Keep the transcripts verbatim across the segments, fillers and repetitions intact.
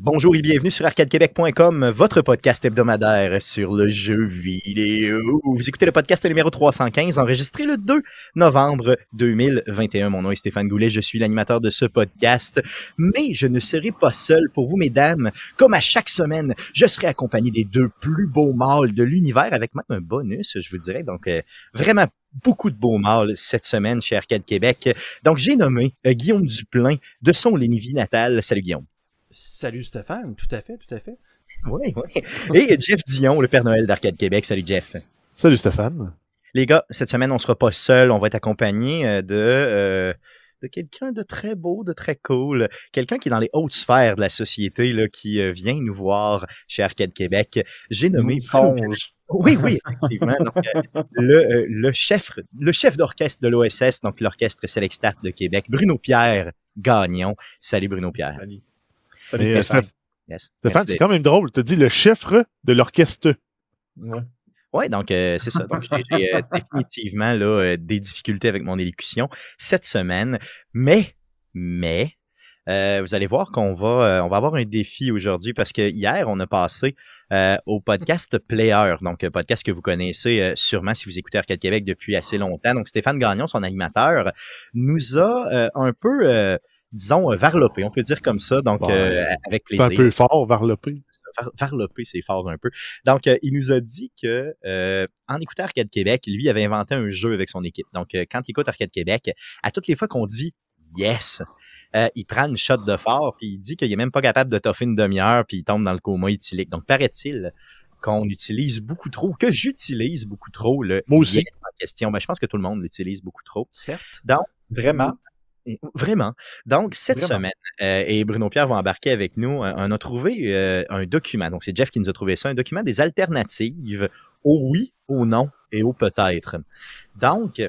Bonjour et bienvenue sur arcade québec point com, votre podcast hebdomadaire sur le jeu vidéo. Vous écoutez le podcast numéro trois cent quinze, enregistré le deux novembre deux mille vingt et un. Mon nom est Stéphane Goulet, je suis l'animateur de ce podcast. Mais je ne serai pas seul pour vous, mesdames. Comme à chaque semaine, je serai accompagné des deux plus beaux mâles de l'univers, avec même un bonus, je vous dirais. Donc, euh, vraiment beaucoup de beaux mâles cette semaine chez Arcade Québec. Donc, j'ai nommé euh, Guillaume Duplain de son Lévis natal. Salut Guillaume. Salut Stéphane, tout à fait, tout à fait. Oui, oui. Et Jeff Dion, le Père Noël d'Arcade Québec. Salut Jeff. Salut Stéphane. Les gars, cette semaine, on ne sera pas seul. On va être accompagné de, euh, de quelqu'un de très beau, de très cool. Quelqu'un qui est dans les hautes sphères de la société, là, qui euh, vient nous voir chez Arcade Québec. J'ai nommé... Songe. Oui, oui, effectivement. Donc, euh, le, euh, le chef, le chef d'orchestre de l'O S S, donc l'Orchestre Selectat de Québec, Bruno-Pierre Gagnon. Salut Bruno-Pierre. Salut. Mais, Salut Stéphane. Yes. Stéphane, c'est quand même drôle. Tu as dit le chef de l'orchestre. Ouais. Oui, donc euh, c'est ça. Donc j'ai, j'ai euh, définitivement là, euh, des difficultés avec mon élocution cette semaine. Mais, mais, euh, vous allez voir qu'on va, euh, on va avoir un défi aujourd'hui parce que hier, on a passé euh, au podcast Player, donc un podcast que vous connaissez euh, sûrement si vous écoutez Arcade Québec depuis assez longtemps. Donc Stéphane Gagnon, son animateur, nous a euh, un peu... Euh, disons, euh, varlopé, on peut dire comme ça, donc Bon, euh, avec plaisir. C'est un peu fort, varlopé. Var, varlopé, c'est fort un peu. Donc, euh, il nous a dit que euh, en écoutant Arcade Québec, lui avait inventé un jeu avec son équipe. Donc, euh, quand il écoute Arcade Québec, à toutes les fois qu'on dit « yes », euh, il prend une shot de fort, puis il dit qu'il est même pas capable de toffer une demi-heure, puis il tombe dans le coma éthylique. Donc, paraît-il qu'on utilise beaucoup trop, que j'utilise beaucoup trop le Moi aussi. yes en question. Ben, je pense que tout le monde l'utilise beaucoup trop. Certes. Donc, Vraiment. Vraiment. Donc, cette Vraiment. semaine, euh, et Bruno Pierre va embarquer avec nous, euh, on a trouvé euh, un document. Donc, c'est Jeff qui nous a trouvé ça, un document des alternatives au oui, au non et au peut-être. Donc,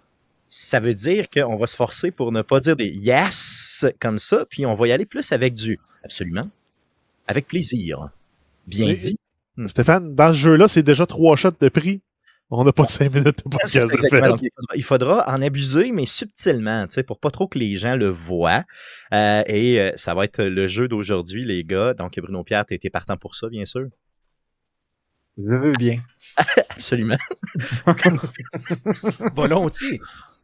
ça veut dire qu'on va se forcer pour ne pas dire des yes comme ça, puis on va y aller plus avec du absolument, avec plaisir. Bien Mais, dit. Stéphane, dans ce jeu-là, c'est déjà trois shots de prix. On n'a pas cinq minutes de C'est ça, podcast de exactement. faire. Donc, il, faudra, il faudra en abuser, mais subtilement, tu sais, pour pas trop que les gens le voient. Euh, et euh, ça va être le jeu d'aujourd'hui, les gars. Donc, Bruno Pierre, t'as été partant pour ça, bien sûr. Je veux bien. Absolument. Volontiers.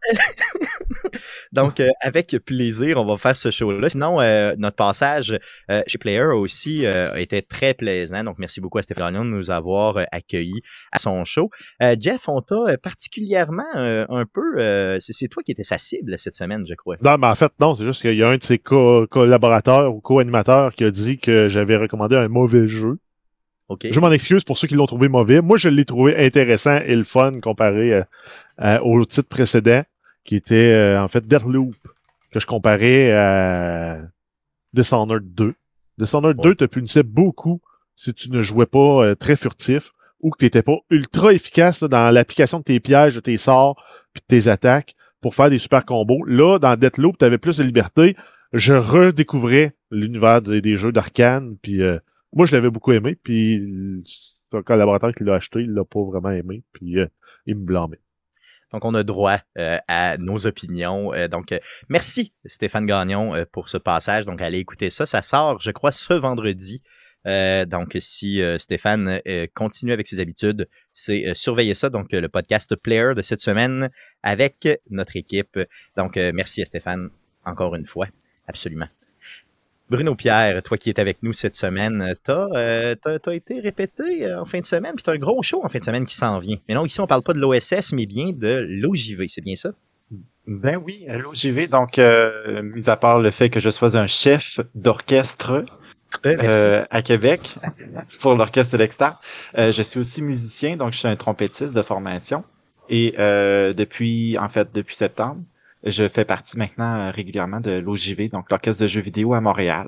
Donc, euh, avec plaisir, on va faire ce show-là. Sinon, euh, notre passage euh, chez Player aussi euh, était très plaisant. Donc, merci beaucoup à Stéphane Gagnon de nous avoir euh, accueillis à son show. Euh, Jeff, on t'a particulièrement euh, un peu... Euh, c'est, c'est toi qui étais sa cible cette semaine, je crois. Non, mais en fait, non, c'est juste qu'il y a un de ses co- collaborateurs ou co-animateurs qui a dit que j'avais recommandé un mauvais jeu. OK. Je m'en excuse pour ceux qui l'ont trouvé mauvais. Moi, je l'ai trouvé intéressant et le fun comparé euh, euh, au titre précédent, qui était euh, en fait Deathloop, que je comparais à Dishonored deux. Dishonored Ouais. deux te punissait beaucoup si tu ne jouais pas euh, très furtif ou que tu n'étais pas ultra efficace là, dans l'application de tes pièges, de tes sorts puis de tes attaques pour faire des super combos. Là, dans Deathloop, tu avais plus de liberté. Je redécouvrais l'univers des, des jeux d'Arcane, puis euh, moi, je l'avais beaucoup aimé, puis un collaborateur qui l'a acheté, il l'a pas vraiment aimé, puis euh, il me blâmait. Donc, on a droit euh, à nos opinions. Euh, donc, euh, merci Stéphane Gagnon euh, pour ce passage. Donc, allez écouter ça. Ça sort, je crois, ce vendredi. Euh, donc, si euh, Stéphane euh, continue avec ses habitudes, c'est euh, surveiller ça. Donc, euh, le podcast Player de cette semaine avec notre équipe. Donc, euh, merci à Stéphane encore une fois. Absolument. Bruno Pierre, toi qui es avec nous cette semaine, t'as, euh, t'as, t'as été répété euh, en fin de semaine, puis t'as un gros show en fin de semaine qui s'en vient. Mais non, ici, on parle pas de l'O S S, mais bien de l'O J V, c'est bien ça? Ben oui, à l'O J V, donc, euh, mis à part le fait que je sois un chef d'orchestre Euh, merci. euh, à Québec pour l'Orchestre Selectat, euh, je suis aussi musicien, donc je suis un trompettiste de formation. Et euh, depuis, en fait, depuis septembre, je fais partie maintenant euh, régulièrement de l'O J V, donc l'Orchestre de jeux vidéo à Montréal.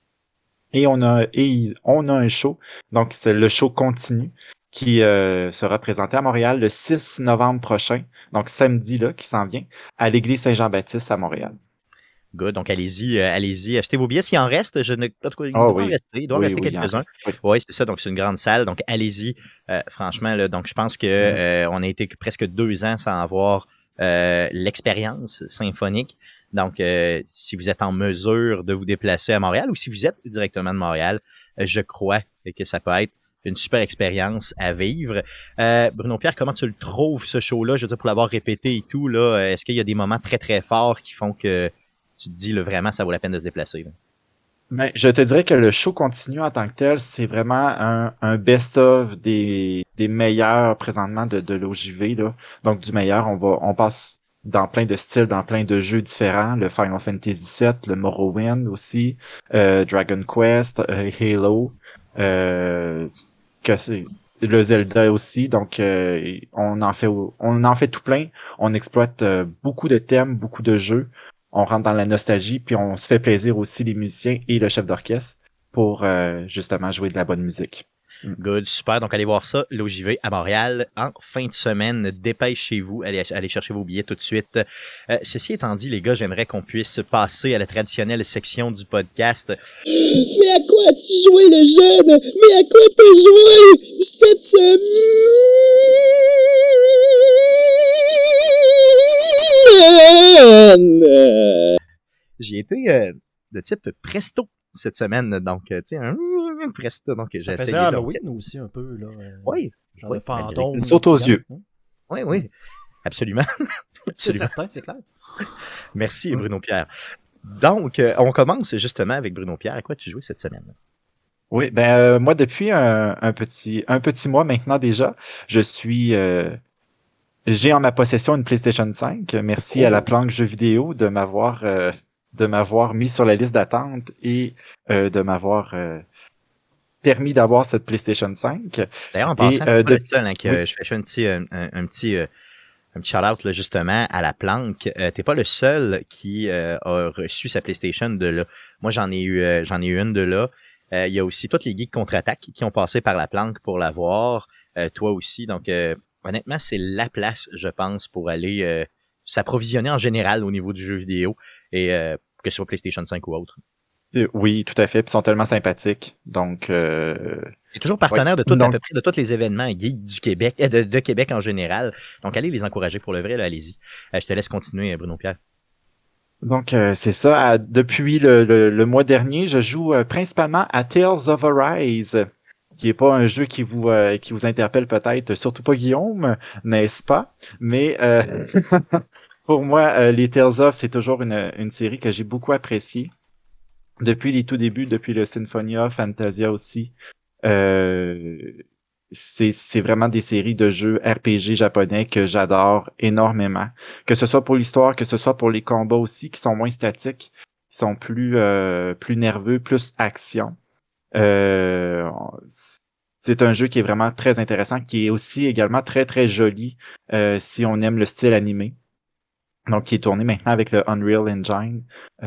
Et on a et on a un show, donc c'est le show continu qui euh, sera présenté à Montréal le six novembre prochain, donc samedi là qui s'en vient, à l'église Saint-Jean-Baptiste à Montréal. Good. Donc, allez-y, euh, allez-y, achetez vos billets. S'il en reste, je ne, en tout cas, il Oh, doit oui. en rester, il doit en Oui, rester oui, il en quelques-uns. reste, oui. Oui, c'est ça. Donc, c'est une grande salle. Donc, allez-y. Euh, franchement, là, donc, je pense que euh, on a été presque deux ans sans avoir euh, l'expérience symphonique. Donc, euh, si vous êtes en mesure de vous déplacer à Montréal ou si vous êtes directement de Montréal, euh, je crois que ça peut être une super expérience à vivre. Euh, Bruno Pierre, comment tu le trouves, ce show-là? Je veux dire, pour l'avoir répété et tout, là, est-ce qu'il y a des moments très, très forts qui font que tu te dis, là, vraiment, ça vaut la peine de se déplacer? Là? Ben, je te dirais que le show continu en tant que tel, c'est vraiment un, un best-of des, des meilleurs présentement de, de l'O J V, là. Donc, du meilleur, on va, on passe dans plein de styles, dans plein de jeux différents. Le Final Fantasy sept, le Morrowind aussi, euh, Dragon Quest, euh, Halo, euh, que c'est le Zelda aussi. Donc, euh, on en fait, on en fait tout plein. On exploite euh, beaucoup de thèmes, beaucoup de jeux. On rentre dans la nostalgie, puis on se fait plaisir aussi les musiciens et le chef d'orchestre pour euh, justement jouer de la bonne musique. Good, super. Donc, allez voir ça, l'O J V à Montréal en fin de semaine. Dépêchez-vous, allez, allez chercher vos billets tout de suite. Euh, ceci étant dit, les gars, j'aimerais qu'on puisse passer à la traditionnelle section du podcast. Mais à quoi as-tu joué, le jeune? Mais à quoi t'as joué cette semaine? J'ai été euh, de type presto cette semaine, donc, tu sais, un presto, donc j'ai Ça essayé. faisait Halloween donc... aussi un peu, là. Euh, oui. Genre oui, de fantôme. Une saute aux yeux. Hein? Oui, oui, absolument. C'est certain, c'est clair. Merci, Bruno Pierre. Donc, euh, on commence justement avec Bruno Pierre. À quoi tu joues cette semaine? Oui, ben euh, moi, depuis un, un petit un petit mois maintenant déjà, je suis... Euh, j'ai en ma possession une PlayStation cinq. Merci oh. à la planque jeux vidéo de m'avoir... Euh, de m'avoir mis sur la liste d'attente et euh, de m'avoir euh, permis d'avoir cette PlayStation cinq. D'ailleurs, en passant, et, euh, de... seul, hein, que oui. je fais un petit, un, un, un petit, euh, un petit shout-out là, justement à la planque. Euh, t'es pas le seul qui euh, a reçu sa PlayStation de là. Moi, j'en ai eu, euh, j'en ai eu une de là. Il euh, y a aussi tous les geeks contre-attaque qui ont passé par la planque pour l'avoir. Euh, toi aussi. Donc, euh, honnêtement, c'est la place, je pense, pour aller euh, s'approvisionner en général au niveau du jeu vidéo. Et euh, que ce soit PlayStation cinq ou autre. Oui, tout à fait. Puis ils sont tellement sympathiques. Donc, euh... est toujours partenaire ouais, de tout, donc... à peu près de tous les événements geeks du Québec, euh, de, de Québec en général. Donc, allez les encourager pour le vrai, là, allez-y. Euh, je te laisse continuer, Bruno Pierre. Donc, euh, c'est ça. À, depuis le, le, le mois dernier, je joue euh, principalement à Tales of Arise, qui est pas un jeu qui vous euh, qui vous interpelle peut-être, surtout pas Guillaume, n'est-ce pas? Mais euh, pour moi, euh, les Tales of, c'est toujours une, une série que j'ai beaucoup appréciée. Depuis les tout débuts, depuis le Symphonia, Fantasia aussi. Euh, c'est, c'est vraiment des séries de jeux R P G japonais que j'adore énormément. Que ce soit pour l'histoire, que ce soit pour les combats aussi, qui sont moins statiques, qui sont plus euh, plus nerveux, plus action. Euh, c'est un jeu qui est vraiment très intéressant, qui est aussi également très très joli euh, si on aime le style animé. Donc, qui est tourné maintenant avec le Unreal Engine.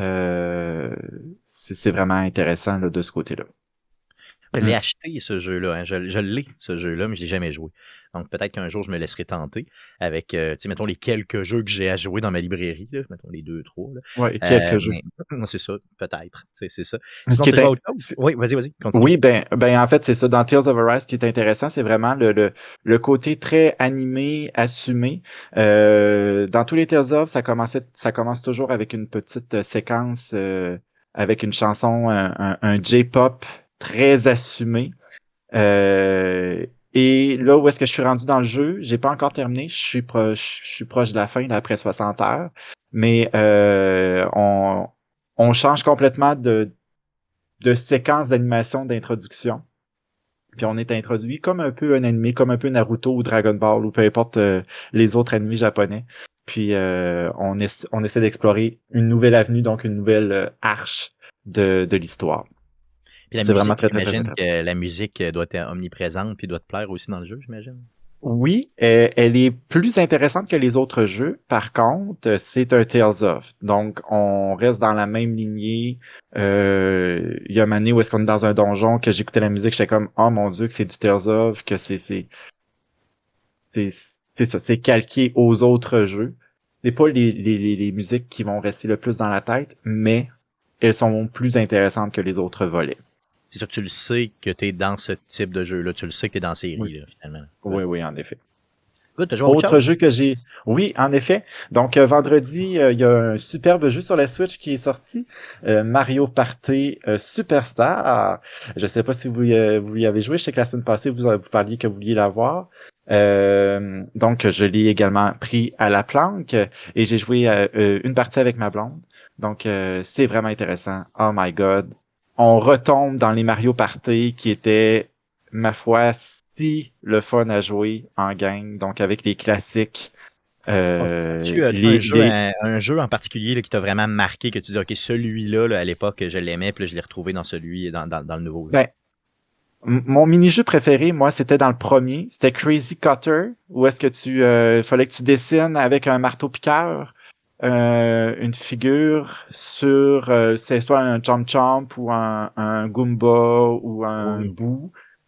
Euh, c'est, c'est vraiment intéressant là, de ce côté-là. Je l'ai acheté, ce jeu-là. Hein. Je, je l'ai, ce jeu-là, mais je l'ai jamais joué. Donc, peut-être qu'un jour, je me laisserai tenter avec, euh, tu sais, mettons, les quelques jeux que j'ai à jouer dans ma librairie. Là. Mettons, les deux, trois. Oui, quelques euh, jeux. Mais, c'est ça, peut-être. C'est, c'est ça. Ce qui est in... Oui, vas-y, vas-y. Continue. Oui, ben, ben, en fait, c'est ça. Dans Tales of Arise, ce qui est intéressant, c'est vraiment le, le, le côté très animé, assumé. Euh, dans tous les Tales of, ça commençait, ça commence toujours avec une petite séquence, euh, avec une chanson, un, un, un J-pop très assumé. Euh, et là où est-ce que je suis rendu dans le jeu, j'ai pas encore terminé, je suis proche, je suis proche de la fin, là, après soixante heures, mais euh, on, on change complètement de, de séquence d'animation d'introduction. Puis on est introduit comme un peu un animé, comme un peu Naruto ou Dragon Ball ou peu importe euh, les autres animés japonais. Puis euh, on, essa- on essaie d'explorer une nouvelle avenue, donc une nouvelle euh, arche de, de l'histoire. Puis la c'est musique, vraiment très, très, j'imagine très que la musique doit être omniprésente puis doit te plaire aussi dans le jeu, j'imagine. Oui, euh, elle est plus intéressante que les autres jeux. Par contre, c'est un Tales of. Donc, on reste dans la même lignée. Euh, il y a une année où est-ce qu'on est dans un donjon, que j'écoutais la musique, j'étais comme, oh mon Dieu, que c'est du Tales of, que c'est c'est c'est, c'est ça, c'est calqué aux autres jeux. C'est pas les, les, les, les musiques qui vont rester le plus dans la tête, mais elles sont plus intéressantes que les autres volets. C'est ça, tu le sais que t'es dans ce type de jeu-là. Tu le sais que t'es dans la série, oui. là, finalement. Oui, oui, en effet. Good, t'as joué à autre Autre chose? jeu que j'ai... Oui, en effet. Donc, euh, vendredi, euh, il y a un superbe jeu sur la Switch qui est sorti. Euh, Mario Party euh, Superstar. Je sais pas si vous, euh, vous y avez joué. Je sais que la semaine passée, vous, vous parliez que vous vouliez l'avoir. Euh, donc, je l'ai également pris à la planque et j'ai joué euh, euh, une partie avec ma blonde. Donc, euh, c'est vraiment intéressant. Oh my God. On retombe dans les Mario Party qui étaient, ma foi, si le fun à jouer en gang, donc avec les classiques, euh, Tu as un les, jeu, les... un, un jeu en particulier là, qui t'a vraiment marqué, que tu dis, OK, celui-là, là, à l'époque, je l'aimais, puis là, je l'ai retrouvé dans celui, dans, dans, dans le nouveau. Là. Ben, m- mon mini-jeu préféré, moi, c'était dans le premier. C'était Crazy Cutter, où est-ce que tu, euh, fallait que tu dessines avec un marteau-piqueur euh, une figure sur, euh, c'est soit un Chomp Chomp ou un, un Goomba ou un Oui. Boo.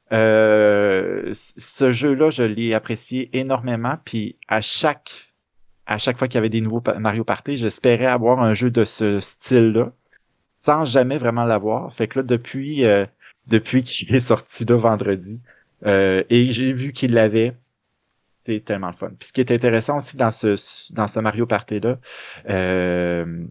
Euh, c- ce jeu-là, je l'ai apprécié énormément. Puis à chaque à chaque fois qu'il y avait des nouveaux pa- Mario Party, j'espérais avoir un jeu de ce style-là, sans jamais vraiment l'avoir. Fait que là, depuis euh, depuis qu'il est sorti là vendredi, euh, et j'ai vu qu'il l'avait, c'est tellement le fun. Puis ce qui est intéressant aussi dans ce dans ce Mario Party-là, euh,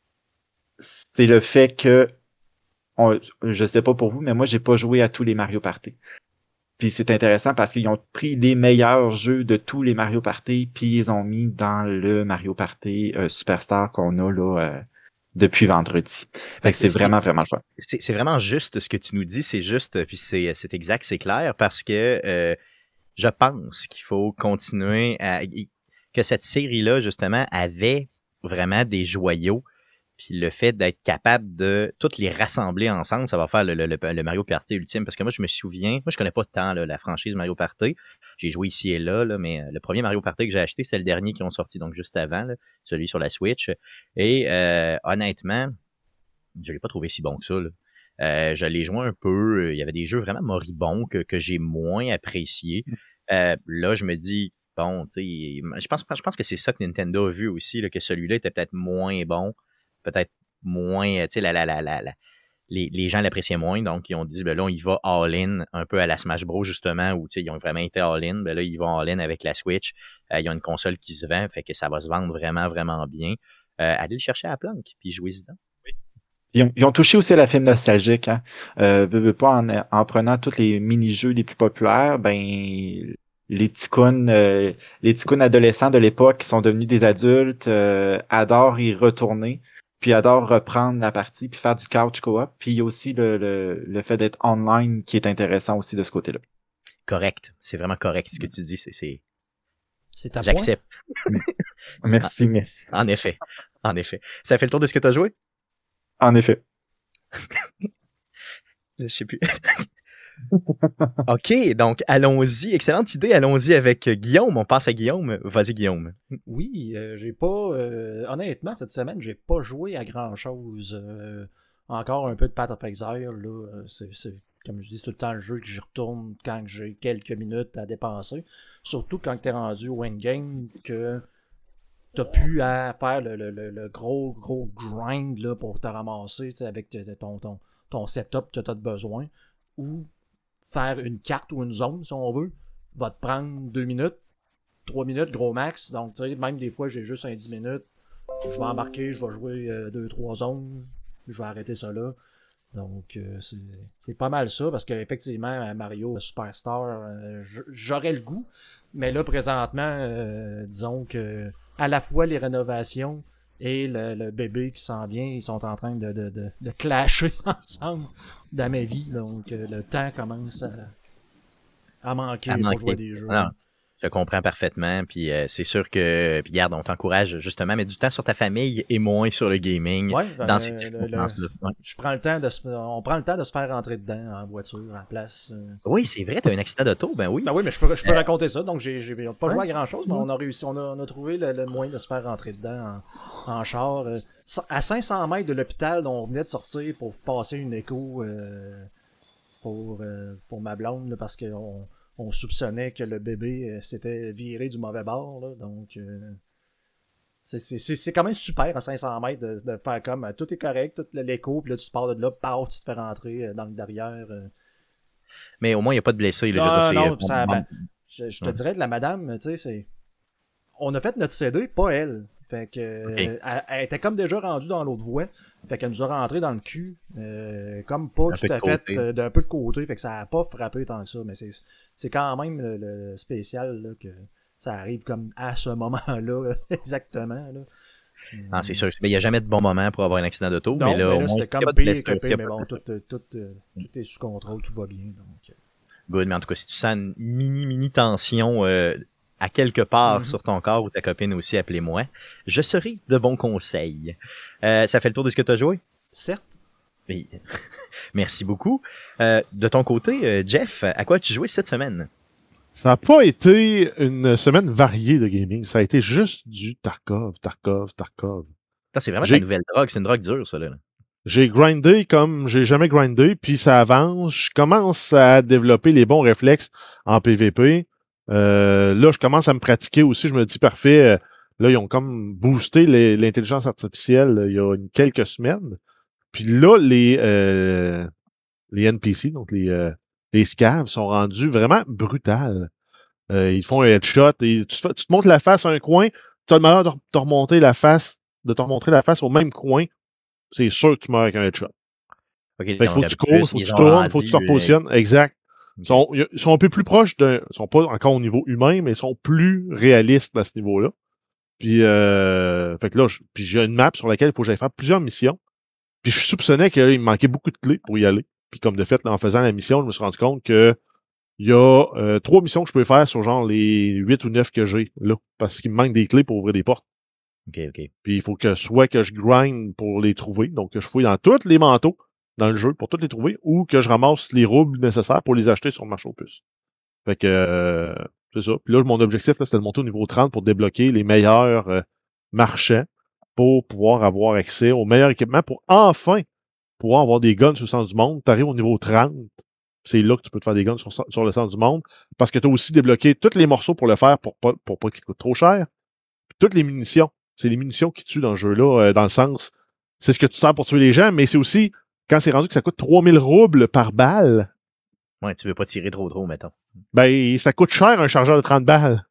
c'est le fait que on, je sais pas pour vous, mais moi j'ai pas joué à tous les Mario Party. Puis c'est intéressant parce qu'ils ont pris les meilleurs jeux de tous les Mario Party, puis ils ont mis dans le Mario Party euh, Superstar qu'on a là euh, depuis vendredi. Fait que c'est vraiment, vraiment le fun. C'est, c'est vraiment juste ce que tu nous dis, c'est juste, puis c'est, c'est exact, c'est clair, parce que euh, je pense qu'il faut continuer à... que cette série-là, justement, avait vraiment des joyaux. Puis le fait d'être capable de toutes les rassembler ensemble, ça va faire le, le, le Mario Party ultime. Parce que moi, je me souviens, moi, je connais pas tant là, la franchise Mario Party. J'ai joué ici et là, là, mais le premier Mario Party que j'ai acheté, c'est le dernier qui ont sorti, donc juste avant, là, celui sur la Switch. Et euh, honnêtement, je l'ai pas trouvé si bon que ça. Là. Euh, je l'ai joué un peu. Il y avait des jeux vraiment moribonds que, que j'ai moins appréciés. Euh, là, je me dis, bon, tu sais, je pense, je pense que c'est ça que Nintendo a vu aussi, là, que celui-là était peut-être moins bon. Peut-être moins, tu sais, la, la, la, la, la, les, les gens l'appréciaient moins, donc ils ont dit, ben là, on y va all-in, un peu à la Smash Bros, justement, où, tu sais, ils ont vraiment été all-in, ben là, ils vont all-in avec la Switch, euh, ils ont une console qui se vend, fait que ça va se vendre vraiment, vraiment bien. Euh, allez le chercher à la planque, puis jouez-y dedans. Ils ont, ils ont touché aussi à la film nostalgique, hein. Euh, veux, veux pas, en, en prenant tous les mini-jeux les plus populaires, ben les ticounes, euh, les ticounes adolescents de l'époque qui sont devenus des adultes euh, adorent y retourner, puis adorent reprendre la partie, puis faire du couch co-op. Puis il y a aussi le, le, le fait d'être online qui est intéressant aussi de ce côté-là. Correct, c'est vraiment correct ce que tu dis, c'est... c'est... C'est ta J'accepte. Merci, merci. En effet, en effet. Ça fait le tour de ce que tu as joué? En effet. Je sais plus. OK, donc allons-y. Excellente idée. Allons-y avec Guillaume. On passe à Guillaume. Vas-y, Guillaume. Oui, euh, j'ai pas... Euh, honnêtement, cette semaine, j'ai pas joué à grand-chose. Euh, encore un peu de Path of Exile. Là, c'est, c'est, comme je dis, tout le temps le jeu que j'y retourne quand j'ai quelques minutes à dépenser. Surtout quand t'es rendu au endgame, que t'as pu à faire le, le, le, le gros, gros grind là, pour te ramasser avec ton, ton, ton setup que t'as de besoin. Ou faire une carte ou une zone, si on veut, va te prendre deux minutes, trois minutes, gros max. Donc, tu sais, même des fois, j'ai juste un dix minutes. Je vais embarquer, je vais jouer euh, deux trois zones. Je vais arrêter ça là. Donc, euh, c'est, c'est pas mal ça, parce qu'effectivement, Mario Superstar, euh, j'aurais le goût. Mais là, présentement, euh, disons que à la fois les rénovations et le, le bébé qui s'en vient, ils sont en train de, de, de, de clasher ensemble dans ma vie. Donc, euh, le temps commence à, à manquer À pour manquer. jouer à des jeux. Non, je comprends parfaitement. Puis euh, c'est sûr que, puis garde, on t'encourage justement, mais du temps sur ta famille et moins sur le gaming. Ouais, dans euh, ces le- circonstances-là. le- Ouais. je prends le temps de se, on prend le temps de se faire rentrer dedans en voiture, en place. euh. Oui, c'est vrai, t'as un accident d'auto, ben oui. Ben oui, mais je peux, je peux raconter ça. Donc, j'ai, j'ai pas joué Ouais. à grand chose, mais on a réussi, on a, on a trouvé le, le moyen de se faire rentrer dedans en, en char. Euh, à cinq cents mètres de l'hôpital dont on venait de sortir pour passer une écho euh, pour, euh, pour ma blonde, là, parce qu'on on soupçonnait que le bébé euh, s'était viré du mauvais bord. Là, donc, euh, c'est, c'est, c'est, c'est quand même super à cinq cents mètres de, de faire comme euh, tout est correct, tout l'écho, puis là tu te pars de là, paf, tu te fais rentrer euh, dans le derrière. euh. Mais au moins, il n'y a pas de blessés. Là, Non, je veux dire, non, c'est, ça, bon, ben, Je, je te Ouais. dirais que la madame, tu sais, c'est. On a fait notre C D, pas elle. Fait que. Ok. euh, elle, elle était comme déjà rendue dans l'autre voie. Fait qu'elle nous a rentré dans le cul. euh, comme pas Un tout peu de à fait côté. euh, d'un peu de côté. Fait que ça a pas frappé tant que ça. Mais c'est, c'est quand même le, le spécial là, que ça arrive comme à ce moment-là. exactement. Là. Non, c'est sûr. Mais il n'y a jamais de bon moment pour avoir un accident d'auto. Non, mais là, au moins, c'était s'il y a comme pas de pire blessure, que s'il y a pire. Mais pas bon, de- tout, euh, tout, euh, tout est sous contrôle, tout va bien. Donc. euh. Good, mais en tout cas, si tu sens une mini, mini tension euh, à quelque part Mhm. sur ton corps ou ta copine aussi, appelez-moi. Je serai de bons conseils. Euh, ça fait le tour de ce que tu as joué? Certes. Oui. Merci beaucoup. Euh, de ton côté, euh, Jeff, à quoi as-tu joué cette semaine? Ça n'a pas été une semaine variée de gaming. Ça a été juste du Tarkov, Tarkov, Tarkov. Ça, c'est vraiment J'ai- ta nouvelle drogue. C'est une drogue dure, ça, là. J'ai grindé comme j'ai jamais grindé, puis ça avance. Je commence à développer les bons réflexes en P V P. Euh, là, je commence à me pratiquer aussi. Je me dis, parfait, euh, là, ils ont comme boosté les- l'intelligence artificielle euh, il y a une- quelques semaines. Puis là, les, euh, les N P C, donc les, euh, les scavs, sont rendus vraiment brutales. Euh, ils font un headshot et tu, te fais- tu te montres la face à un coin, tu as le malheur de te remonter la face, de te remontrer la face au même coin, c'est sûr que tu meurs avec un headshot. OK, Fait qu'il faut donc, que tu en plus, cours, faut que ils tu ont tournes, faut que tu te rendu... euh, repositionnes. Exact. Ils OK. sont, ils sont un peu plus proches d'un. Ils sont pas encore au niveau humain, mais ils sont plus réalistes à ce niveau-là. Puis, euh, fait que là, je- puis j'ai une map sur laquelle il faut que j'aille faire plusieurs missions. Puis je soupçonnais qu'il me manquait beaucoup de clés pour y aller. Puis comme de fait, là, en faisant la mission, je me suis rendu compte que il y a euh, trois missions que je peux faire sur genre les huit ou neuf que j'ai là. Parce qu'il me manque des clés pour ouvrir des portes. OK, OK. Puis il faut que soit que je grind pour les trouver, donc que je fouille dans tous les manteaux dans le jeu pour tous les trouver, ou que je ramasse les roubles nécessaires pour les acheter sur le marché aux puces. Fait que euh, c'est ça. Puis là, mon objectif, là, c'était de monter au niveau trente pour débloquer les meilleurs euh, marchands pour pouvoir avoir accès au meilleur équipement pour enfin pouvoir avoir des guns sur le centre du monde. Tu arrives au niveau trente, c'est là que tu peux te faire des guns sur, sur le centre du monde, parce que tu as aussi débloqué tous les morceaux pour le faire pour pas, pour pas qu'ils coûtent trop cher. Puis toutes les munitions. C'est les munitions qui tuent dans ce jeu-là, euh, dans le sens, c'est ce que tu sers pour tuer les gens, mais c'est aussi, quand c'est rendu que ça coûte trois mille roubles par balle, Ouais, tu veux pas tirer trop trop, mettons. ben, ça coûte cher un chargeur de trente balles.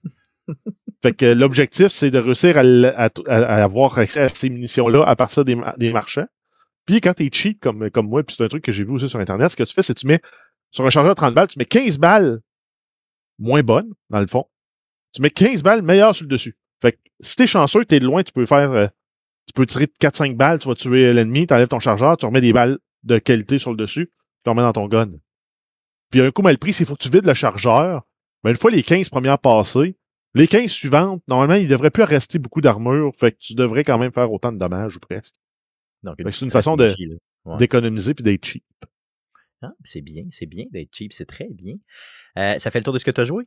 Fait que l'objectif, c'est de réussir à, à, à, avoir accès à ces munitions-là à partir des, des marchands. Puis quand t'es cheap comme, comme moi, puis c'est un truc que j'ai vu aussi sur Internet, ce que tu fais, c'est que tu mets, sur un chargeur de trente balles, tu mets quinze balles moins bonnes, dans le fond. Tu mets quinze balles meilleures sur le dessus. Fait que si t'es chanceux, t'es de loin, tu peux faire, euh, tu peux tirer quatre cinq balles, tu vas tuer l'ennemi, t'enlèves ton chargeur, tu remets des balles de qualité sur le dessus, tu t'en remets dans ton gun. Puis un coup mal pris, c'est faut que tu vides le chargeur. Mais une fois les quinze premières passées, les quinze suivantes, normalement, il ne devrait plus rester beaucoup d'armure, fait que tu devrais quand même faire autant de dommages ou presque. Donc, Fait une que c'est une petite façon de, stratégie, là. Ouais. d'économiser puis d'être cheap. Ah, c'est bien, c'est bien d'être cheap, c'est très bien. Euh, ça fait le tour de ce que tu as joué?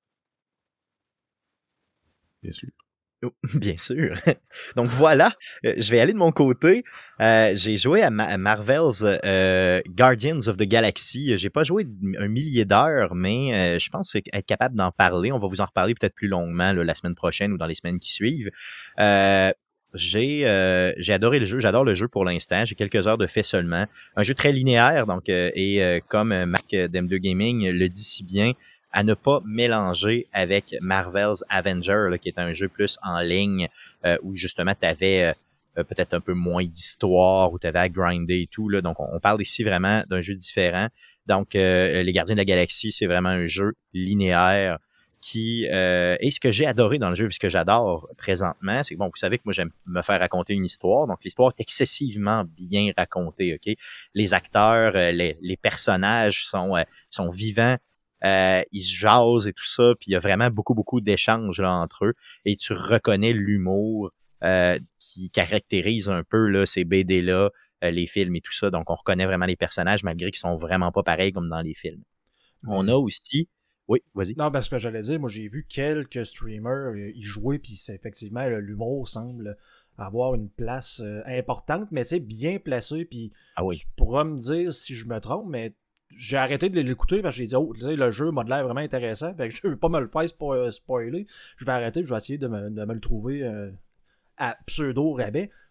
Bien sûr. Oh, bien sûr. Donc voilà, euh, je vais aller de mon côté. Euh, j'ai joué à, Ma- à Marvel's euh, Guardians of the Galaxy. J'ai pas joué un millier d'heures, mais euh, je pense être capable d'en parler. On va vous en reparler peut-être plus longuement là, la semaine prochaine ou dans les semaines qui suivent. Euh, j'ai euh, j'ai adoré le jeu, j'adore le jeu pour l'instant. J'ai quelques heures de fait seulement. Un jeu très linéaire, donc euh, et euh, comme euh, Marc d'M deux Gaming le dit si bien, à ne pas mélanger avec Marvel's Avenger, là, qui est un jeu plus en ligne, euh, où justement tu avais euh, peut-être un peu moins d'histoire, où tu avais à grinder et tout. Là. Donc, on, on parle ici vraiment d'un jeu différent. Donc, euh, Les Gardiens de la Galaxie, c'est vraiment un jeu linéaire qui euh, et ce que j'ai adoré dans le jeu, ce que j'adore présentement, c'est que bon, vous savez que moi j'aime me faire raconter une histoire, donc l'histoire est excessivement bien racontée, ok. Les acteurs, euh, les, les personnages sont euh, sont vivants. Euh, ils se jasent et tout ça, puis il y a vraiment beaucoup, beaucoup d'échanges là, entre eux, et tu reconnais l'humour euh, qui caractérise un peu là, ces B D-là, euh, les films et tout ça, donc on reconnaît vraiment les personnages, malgré qu'ils sont vraiment pas pareils comme dans les films. Mais... On a aussi... Oui, vas-y. Non, parce que j'allais dire, moi j'ai vu quelques streamers euh, y jouer, puis c'est effectivement, l'humour semble avoir une place euh, importante, mais tu sais, bien placée, puis ah oui. tu pourras me dire si je me trompe, mais j'ai arrêté de l'écouter parce que j'ai dit, oh, le jeu m'a l'air vraiment intéressant. Fait que je ne veux pas me le faire spo- spoiler. Je vais arrêter, je vais essayer de me, de me le trouver euh, à pseudo rabais.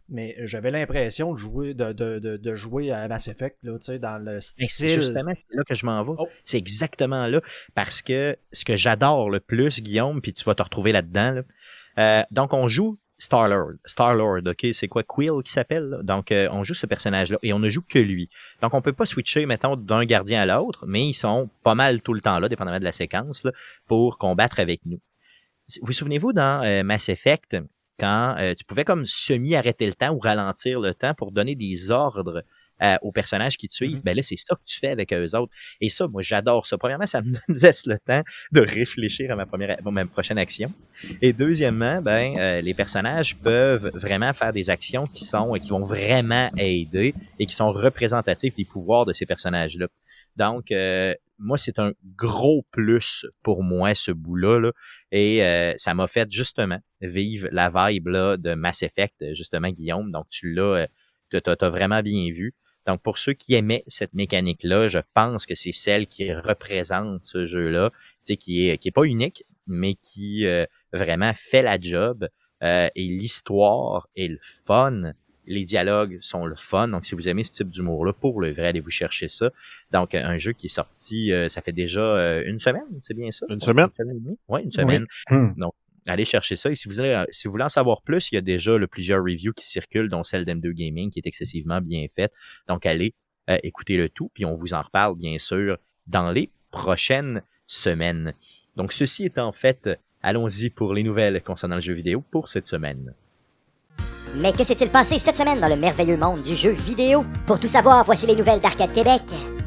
mais j'avais l'impression de jouer, de, de, de, de jouer à Mass Effect, là, tu sais, dans le Mais c'est style. justement c'est là que je m'en vais. Oh. C'est exactement là. Parce que ce que j'adore le plus, Guillaume, puis tu vas te retrouver là-dedans, là, euh, donc on joue Star-Lord. Star-Lord, OK? C'est quoi? Quill qui s'appelle? là? Donc, euh, on joue ce personnage-là et on ne joue que lui. Donc, on peut pas switcher, mettons, d'un gardien à l'autre, mais ils sont pas mal tout le temps là, dépendamment de la séquence, là, pour combattre avec nous. Vous vous souvenez-vous dans euh, Mass Effect, quand euh, tu pouvais comme semi-arrêter le temps ou ralentir le temps pour donner des ordres euh, aux personnages qui te suivent, Mhm. ben là, c'est ça que tu fais avec eux autres. Et ça, moi, j'adore ça. Premièrement, ça me laisse le temps de réfléchir à ma première, bon, ma prochaine action. Et deuxièmement, ben, euh, les personnages peuvent vraiment faire des actions qui sont, qui vont vraiment aider et qui sont représentatives des pouvoirs de ces personnages-là. Donc, euh, moi, c'est un gros plus pour moi, ce bout-là, là. Et euh, ça m'a fait justement vivre la vibe là, de Mass Effect, justement, Guillaume. Donc, tu l'as, euh, t'as, t'as vraiment bien vu. Donc, pour ceux qui aimaient cette mécanique-là, je pense que c'est celle qui représente ce jeu-là, tu sais, qui est, qui est pas unique, mais qui euh, vraiment fait la job. Euh, et l'histoire est le fun. Les dialogues sont le fun. Donc, si vous aimez ce type d'humour-là, pour le vrai, allez vous chercher ça. Donc, un jeu qui est sorti, euh, ça fait déjà euh, une semaine, c'est bien ça? Une Ouais, semaine? Une semaine et demie? Oui, une semaine. Hum. Donc, allez chercher ça. Et si vous, voulez, si vous voulez en savoir plus, il y a déjà là, plusieurs reviews qui circulent, dont celle d'M deux Gaming, qui est excessivement bien faite. Donc, allez euh, écouter le tout, puis on vous en reparle, bien sûr, dans les prochaines semaines. Donc, ceci étant fait, allons-y pour les nouvelles concernant le jeu vidéo pour cette semaine. Mais que s'est-il passé cette semaine dans le merveilleux monde du jeu vidéo? Pour tout savoir, voici les nouvelles d'Arcade Québec.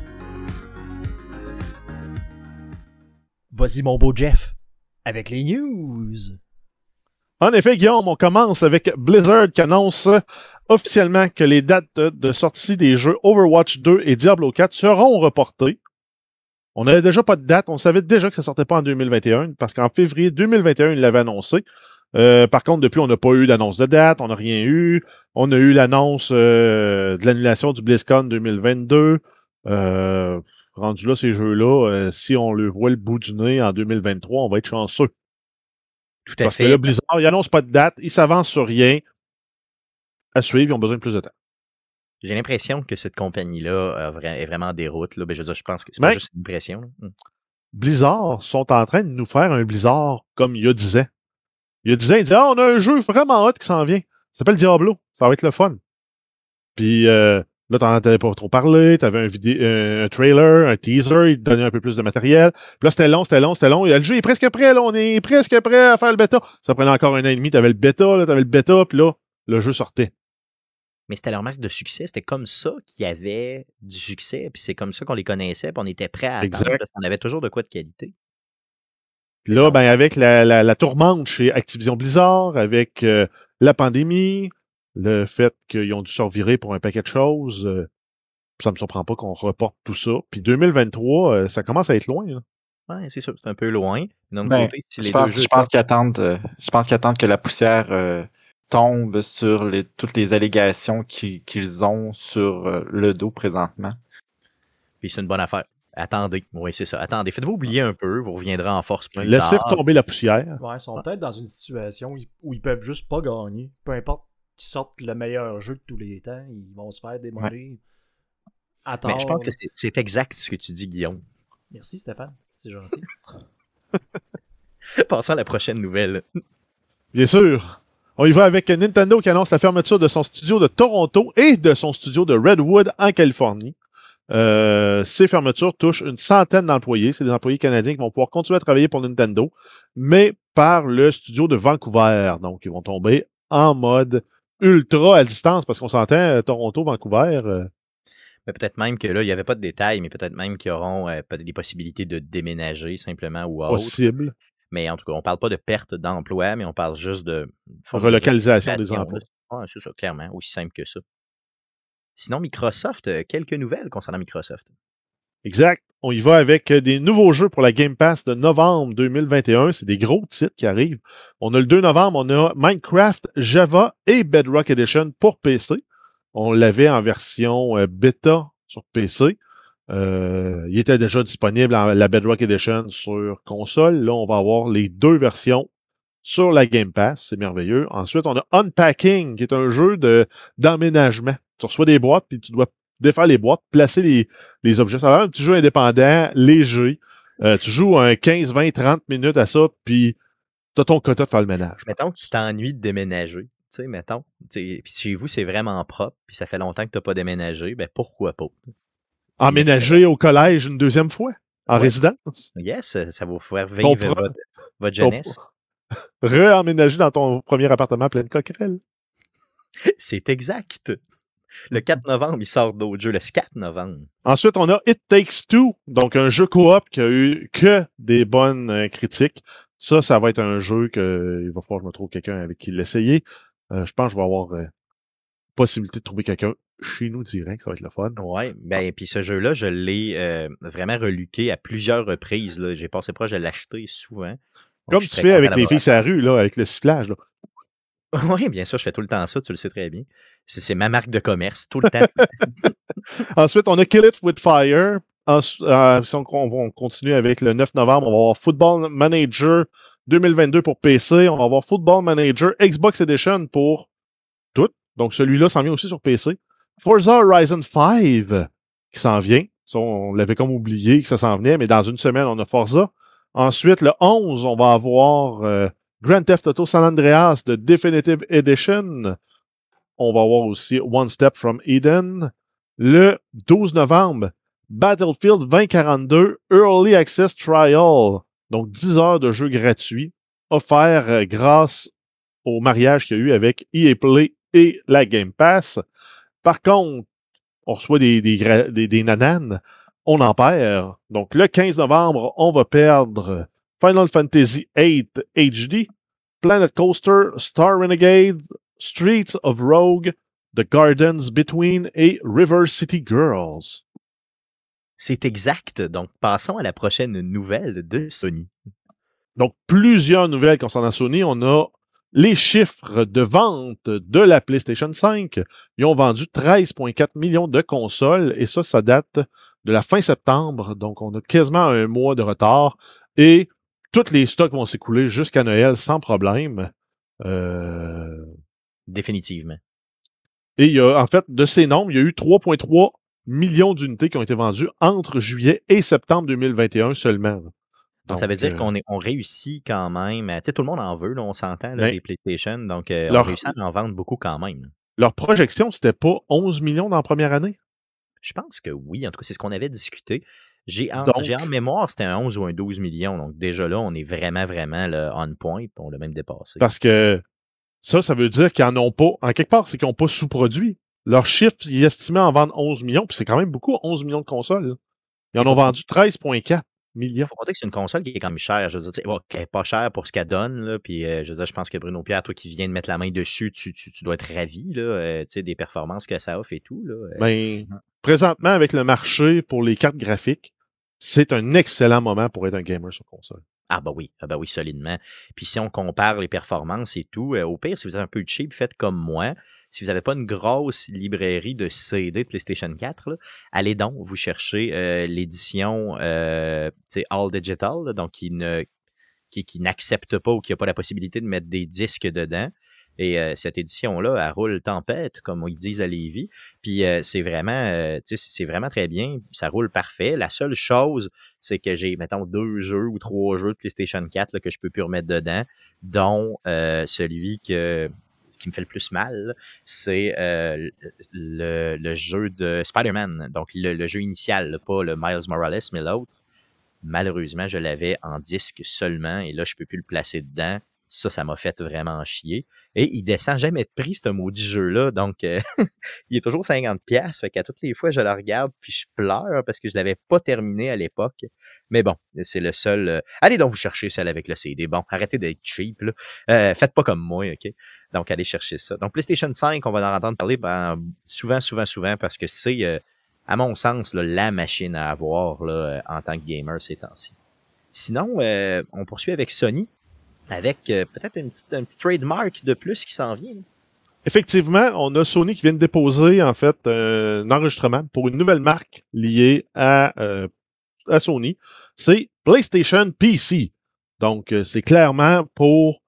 Vas-y, mon beau Jeff, avec les news. En effet, Guillaume, on commence avec Blizzard qui annonce officiellement que les dates de sortie des jeux Overwatch deux et Diablo quatre seront reportées. On n'avait déjà pas de date, on savait déjà que ça sortait pas en deux mille vingt et un, parce qu'en février deux mille vingt et un, ils l'avaient annoncé. Euh, par contre, depuis, on n'a pas eu d'annonce de date, on n'a rien eu. On a eu l'annonce euh, de l'annulation du BlizzCon deux mille vingt-deux. Euh, rendu là, ces jeux-là, euh, si on le voit le bout du nez en deux mille vingt-trois, on va être chanceux. Tout à Parce fait. que là, Blizzard, ils annoncent pas de date, ils s'avancent sur rien. À suivre, ils ont besoin de plus de temps. J'ai l'impression que cette compagnie-là euh, est vraiment en déroute. Là. Ben, je veux dire, je pense que c'est Mais- pas juste une impression. là. Hum. Blizzard sont en train de nous faire un Blizzard comme il y a dix ans. Il y a dix ans, ils disaient « Ah, on a un jeu vraiment hot qui s'en vient. Ça s'appelle Diablo. Ça va être le fun. » Puis euh, là, t'en entendais pas trop parler. T'avais un, vidéo, un, un trailer, un teaser. Ils te donnaient un peu plus de matériel. Puis là, c'était long, c'était long, c'était long. Et le jeu est presque prêt. Là, on est presque prêt à faire le bêta. Ça prenait encore un an et demi. T'avais le bêta, là, t'avais le bêta. Puis là, le jeu sortait. Mais c'était leur marque de succès. C'était comme ça qu'il y avait du succès. Puis c'est comme ça qu'on les connaissait. Puis on était prêts à attendre Exact. parce qu'on avait toujours de quoi de qualité. Puis là, ben, avec la, la, la tourmente chez Activision Blizzard, avec euh, la pandémie, le fait qu'ils ont dû se revirer pour un paquet de choses, euh, ça me surprend pas qu'on reporte tout ça. Puis deux mille vingt-trois, euh, ça commence à être loin. Là. Ouais, c'est sûr, c'est un peu loin. D'un autre Ben, côté, si je les pense, deux jeux je pense qu'ils attendent, euh, je pense qu'ils attendent que la poussière euh, tombe sur les, toutes les allégations qui- qu'ils ont sur euh, le dos présentement. puis c'est une bonne affaire. Attendez, oui, c'est ça. Attendez, faites-vous oublier un peu, vous reviendrez en force plus Laissez tard. retomber la poussière. Ouais, ils sont peut-être dans une situation où ils, où ils peuvent juste pas gagner. Peu importe qu'ils sortent le meilleur jeu de tous les temps, ils vont se faire démolir. À tort. Mais je pense que c'est, c'est exact ce que tu dis, Guillaume. Merci Stéphane, c'est gentil. Passons à la prochaine nouvelle. Bien sûr. On y va avec Nintendo qui annonce la fermeture de son studio de Toronto et de son studio de Redwood en Californie. Euh, ces fermetures touchent une centaine d'employés. C'est des employés canadiens qui vont pouvoir continuer à travailler pour Nintendo, mais par le studio de Vancouver. Donc, ils vont tomber en mode ultra à distance parce qu'on s'entend Toronto, Vancouver. Euh, Mais peut-être même que là, il n'y avait pas de détails, mais peut-être même qu'ils auront euh, peut-être des possibilités de déménager simplement ou autre. possible. Mais en tout cas, on ne parle pas de perte d'emploi, mais on parle juste de forme de Relocalisation des relocalisation, emplois. là. Ouais, c'est ça, clairement, aussi simple que ça. Sinon, Microsoft, euh, quelques nouvelles concernant Microsoft. Exact. On y va avec euh, des nouveaux jeux pour la Game Pass de novembre deux mille vingt et un. C'est des gros titres qui arrivent. On a le deux novembre, on a Minecraft, Java et Bedrock Edition pour P C. On l'avait en version euh, bêta sur P C. Euh, il était déjà disponible en la Bedrock Edition sur console. Là, on va avoir les deux versions sur la Game Pass. C'est merveilleux. Ensuite, on a Unpacking, qui est un jeu de, d'emménagement. Tu reçois des boîtes, puis tu dois défaire les boîtes, placer les, les objets. C'est un petit jeu indépendant, léger. Euh, tu joues un quinze, vingt, trente minutes à ça, puis tu as ton quota de faire le ménage. Mettons que tu t'ennuies de déménager. Tu sais, mettons. Puis chez vous, c'est vraiment propre, puis ça fait longtemps que tu n'as pas déménagé. Ben pourquoi pas? Emménager au collège une deuxième fois, en Ouais. résidence. Yes, ça va vous faire Ton vivre pro- votre, votre ton jeunesse. pro- Re-emménager dans ton premier appartement plein de coquerelles. C'est exact. Le quatre novembre, il sort d'autres jeux, le quatre novembre. Ensuite, on a It Takes Two, donc un jeu coop qui a eu que des bonnes euh, critiques. Ça, ça va être un jeu que il va falloir que je me trouve quelqu'un avec qui l'essayer. Euh, je pense que je vais avoir euh, possibilité de trouver quelqu'un chez nous direct, ça va être le fun. Ouais, ben puis ce jeu-là, je l'ai euh, vraiment reluqué à plusieurs reprises. Là. J'ai passé proche de l'acheter souvent. Donc, Comme je suis tu très fais content avec les d'avoir filles sur la rue, là, avec le sifflage. Là. Oui, bien sûr, je fais tout le temps ça, tu le sais très bien. C'est, c'est ma marque de commerce, tout le temps. Ensuite, on a Kill It With Fire. Ensuite, euh, si on, on continue avec le neuf novembre, on va avoir Football Manager deux mille vingt-deux pour P C. On va avoir Football Manager Xbox Edition pour tout. Donc, celui-là s'en vient aussi sur P C. Forza Horizon cinq qui s'en vient. Ça, on l'avait comme oublié que ça s'en venait, mais dans une semaine, on a Forza. Ensuite, le onze, on va avoir euh, Grand Theft Auto San Andreas de Definitive Edition. On va avoir aussi One Step from Eden. Le douze novembre, Battlefield vingt quarante-deux Early Access Trial. Donc, dix heures de jeu gratuit offert euh, grâce au mariage qu'il y a eu avec E A Play et la Game Pass. Par contre, on reçoit des, des, gra- des, des nananes, on en perd. Donc, le quinze novembre, on va perdre Final Fantasy huit H D, Planet Coaster, Star Renegade, Streets of Rogue, The Gardens Between et River City Girls. C'est exact. Donc, passons à la prochaine nouvelle de Sony. Donc, plusieurs nouvelles concernant Sony. On a les chiffres de vente de la PlayStation cinq. Ils ont vendu treize virgule quatre millions de consoles et ça, ça date de la fin septembre. Donc, on a quasiment un mois de retard et tous les stocks vont s'écouler jusqu'à Noël sans problème. Euh... Définitivement. Et il y a, en fait, de ces nombres, il y a eu trois virgule trois millions d'unités qui ont été vendues entre juillet et septembre deux mille vingt et un seulement. Donc, Donc, ça veut dire euh, qu'on est, on réussit quand même. Tu sais, tout le monde en veut, là, on s'entend, là, ben, des PlayStation. Donc, euh, leur- on réussit à en vendre beaucoup quand même. leur projection, c'était pas onze millions dans la première année. Je pense que oui. En tout cas, c'est ce qu'on avait discuté. J'ai en, Donc- j'ai en mémoire, c'était un onze ou un douze millions. Donc, déjà là, on est vraiment, vraiment là, on point. On l'a même dépassé. Parce que ça, ça veut dire qu'ils en ont pas. En quelque part, c'est qu'ils n'ont pas sous-produit. Leur chiffre, ils estimaient en vendre onze millions, puis c'est quand même beaucoup, onze millions de consoles. là. Ils en Il ont faut- vendu treize virgule quatre Il millions. faut compter que c'est une console qui est quand même chère. Je veux dire, tu sais, bon, qui est pas chère pour ce qu'elle donne. Là, puis, euh, je veux dire, je pense que Bruno Pierre, toi qui viens de mettre la main dessus, tu, tu, tu dois être ravi là, euh, tu sais, des performances que ça offre et tout. Là, euh. Ben, présentement, avec le marché pour les cartes graphiques, c'est un excellent moment pour être un gamer sur console. Ah bah oui, ah bah oui, solidement. Puis si on compare les performances et tout, euh, au pire, si vous êtes un peu cheap, faites comme moi. Si vous n'avez pas une grosse librairie de C D de PlayStation quatre, là, allez donc vous chercher euh, l'édition euh, tu sais, All Digital, là, donc qui ne qui, qui n'accepte pas ou qui n'a pas la possibilité de mettre des disques dedans. Et euh, cette édition-là, elle roule tempête, comme ils disent à Lévis. Puis euh, c'est vraiment, euh, tu sais, c'est vraiment très bien. Ça roule parfait. La seule chose, c'est que j'ai, mettons, deux jeux ou trois jeux de PlayStation quatre là, que je peux plus remettre dedans, dont euh, celui que qui me fait le plus mal, c'est euh, le, le jeu de Spider-Man. Donc, le, le jeu initial, là, pas le Miles Morales, mais l'autre. Malheureusement, je l'avais en disque seulement et là, je peux plus le placer dedans. Ça, ça m'a fait vraiment chier. Et il descend jamais de prix, ce maudit jeu-là. Donc, euh, il est toujours cinquante piastres. Fait qu'à toutes les fois, je le regarde puis je pleure parce que je l'avais pas terminé à l'époque. Mais bon, c'est le seul... euh, Allez donc vous chercher celle avec le C D. Bon, arrêtez d'être cheap, là. Euh, faites pas comme moi, OK? Donc, allez chercher ça. Donc, PlayStation cinq, on va en entendre parler ben, souvent, souvent, souvent parce que c'est... Euh, à mon sens, là, la machine à avoir là, en tant que gamer ces temps-ci. Sinon, euh, on poursuit avec Sony, avec euh, peut-être une petite, un petit trademark de plus qui s'en vient. Effectivement, on a Sony qui vient de déposer en fait un enregistrement pour une nouvelle marque liée à, euh, à Sony. C'est PlayStation P C. Donc, euh, c'est clairement pour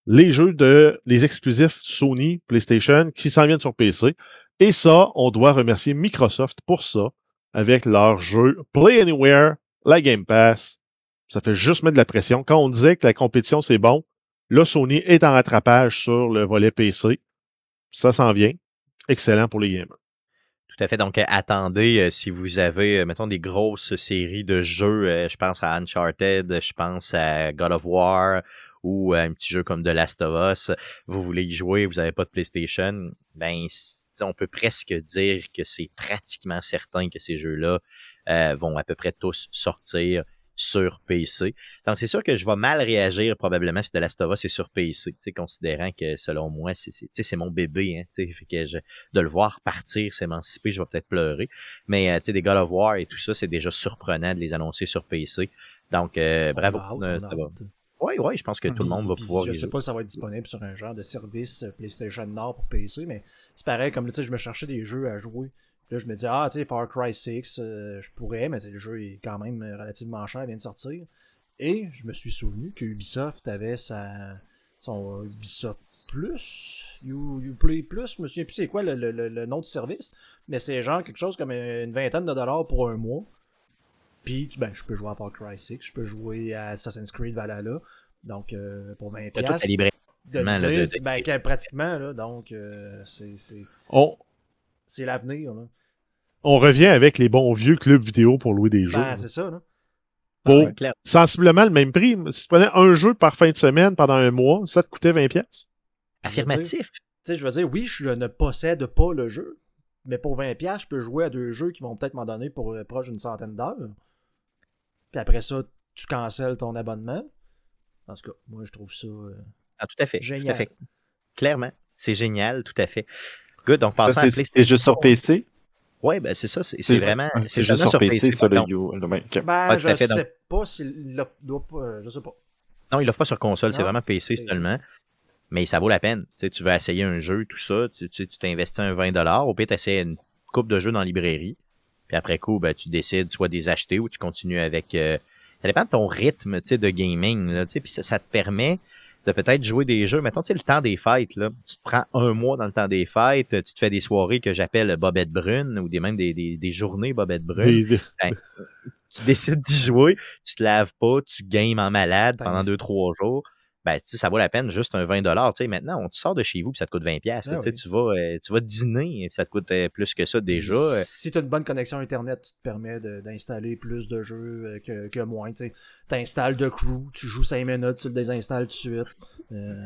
les jeux de les exclusifs Sony, PlayStation qui s'en viennent sur P C. Et ça, on doit remercier Microsoft pour ça, avec leur jeu Play Anywhere, la Game Pass. Ça fait juste mettre de la pression. Quand on disait que la compétition, c'est bon, là, Sony est en rattrapage sur le volet P C. Ça s'en vient. Excellent pour les gamers. Tout à fait. Donc, euh, attendez, euh, si vous avez, euh, mettons, des grosses séries de jeux, euh, je pense à Uncharted, je pense à God of War ou à un petit jeu comme The Last of Us, vous voulez y jouer, vous n'avez pas de PlayStation, ben, on peut presque dire que c'est pratiquement certain que ces jeux-là euh, vont à peu près tous sortir sur P C. Donc, c'est sûr que je vais mal réagir probablement si The Last of Us est sur P C, considérant que, selon moi, c'est, c'est, c'est mon bébé. Hein, fait que je, de le voir partir, s'émanciper, je vais peut-être pleurer. Mais euh, des God of War et tout ça, c'est déjà surprenant de les annoncer sur P C. Donc, euh, bravo. Hâte, euh, oui, oui, je pense que tout le monde va Puis, pouvoir... Je sais pas si ça va être disponible sur un genre de service PlayStation Nord pour P C, mais c'est pareil, comme tu sais, je me cherchais des jeux à jouer. Là, je me dis, ah, tu sais, Far Cry six, euh, je pourrais, mais le jeu est quand même relativement cher, il vient de sortir. Et je me suis souvenu que Ubisoft avait sa, son Ubisoft Plus, You, You Play Plus, je me souviens plus c'est quoi le, le, le nom du service, mais c'est genre quelque chose comme une vingtaine de dollars pour un mois. Puis, ben, je peux jouer à Far Cry six, je peux jouer à Assassin's Creed Valhalla, donc euh, pour vingt dollars. Toute la librairie. De là, dire, de- de- ben, pratiquement, là, donc euh, c'est, c'est, On, c'est l'avenir. Là. on revient avec les bons vieux clubs vidéo pour louer des jeux. Ben, c'est ça. Là. Pour Ouais, clair. sensiblement le même prix. Si tu prenais un jeu par fin de semaine pendant un mois, ça te coûtait vingt pièces. Affirmatif. Tu sais, je veux dire, oui, je ne possède pas le jeu, mais pour vingt dollars, je peux jouer à deux jeux qui vont peut-être m'en donner pour euh, proche d'une centaine d'heures. Puis après ça, tu cancelles ton abonnement. En tout cas, moi, je trouve ça euh, Ah, tout à fait. génial. Tout à fait. Clairement. C'est génial, tout à fait. Good, donc Ça, passons à c'est, PlayStation. c'est juste sur P C? Oui, ben c'est ça, c'est, c'est vraiment... C'est juste sur P C, ça, le You. le- ok. Ben, Ouais, tout je à fait, sais donc- pas s'il l'offre- doit pas. euh, je sais pas. Non, il l'offre pas sur console, c'est Non, vraiment P C c'est seulement. Mais ça vaut la peine. Tu sais, tu veux essayer un jeu, tout ça, tu, tu, tu t'investis un vingt dollars, au pire, tu essaies une coupe de jeux dans la librairie. Puis après coup, ben, tu décides soit des acheter ou tu continues avec... euh, ça dépend de ton rythme, tu sais, de gaming, là, tu sais, puis ça, ça te permet de peut-être jouer des jeux. Mettons, tu sais, le temps des fêtes, là. Tu te prends un mois dans le temps des fêtes, tu te fais des soirées que j'appelle Bobette Brune ou des, même des, des, des journées Bobette Brune. Des- des- Ben, tu décides d'y jouer, tu te laves pas, tu games en malade pendant deux, trois jours. Ben, tu sais, ça vaut la peine juste un vingt dollars. Tu sais, maintenant, on te sort de chez vous puis ça te coûte vingt piastres. Ah tu sais, oui. tu vas, euh, tu vas dîner et ça te coûte euh, plus que ça déjà. Puis, euh. Si tu as une bonne connexion Internet, tu te permets de- d'installer plus de jeux euh, que, que moins. Tu installes The Crew, tu joues cinq minutes, tu le désinstalles tout de suite. Euh,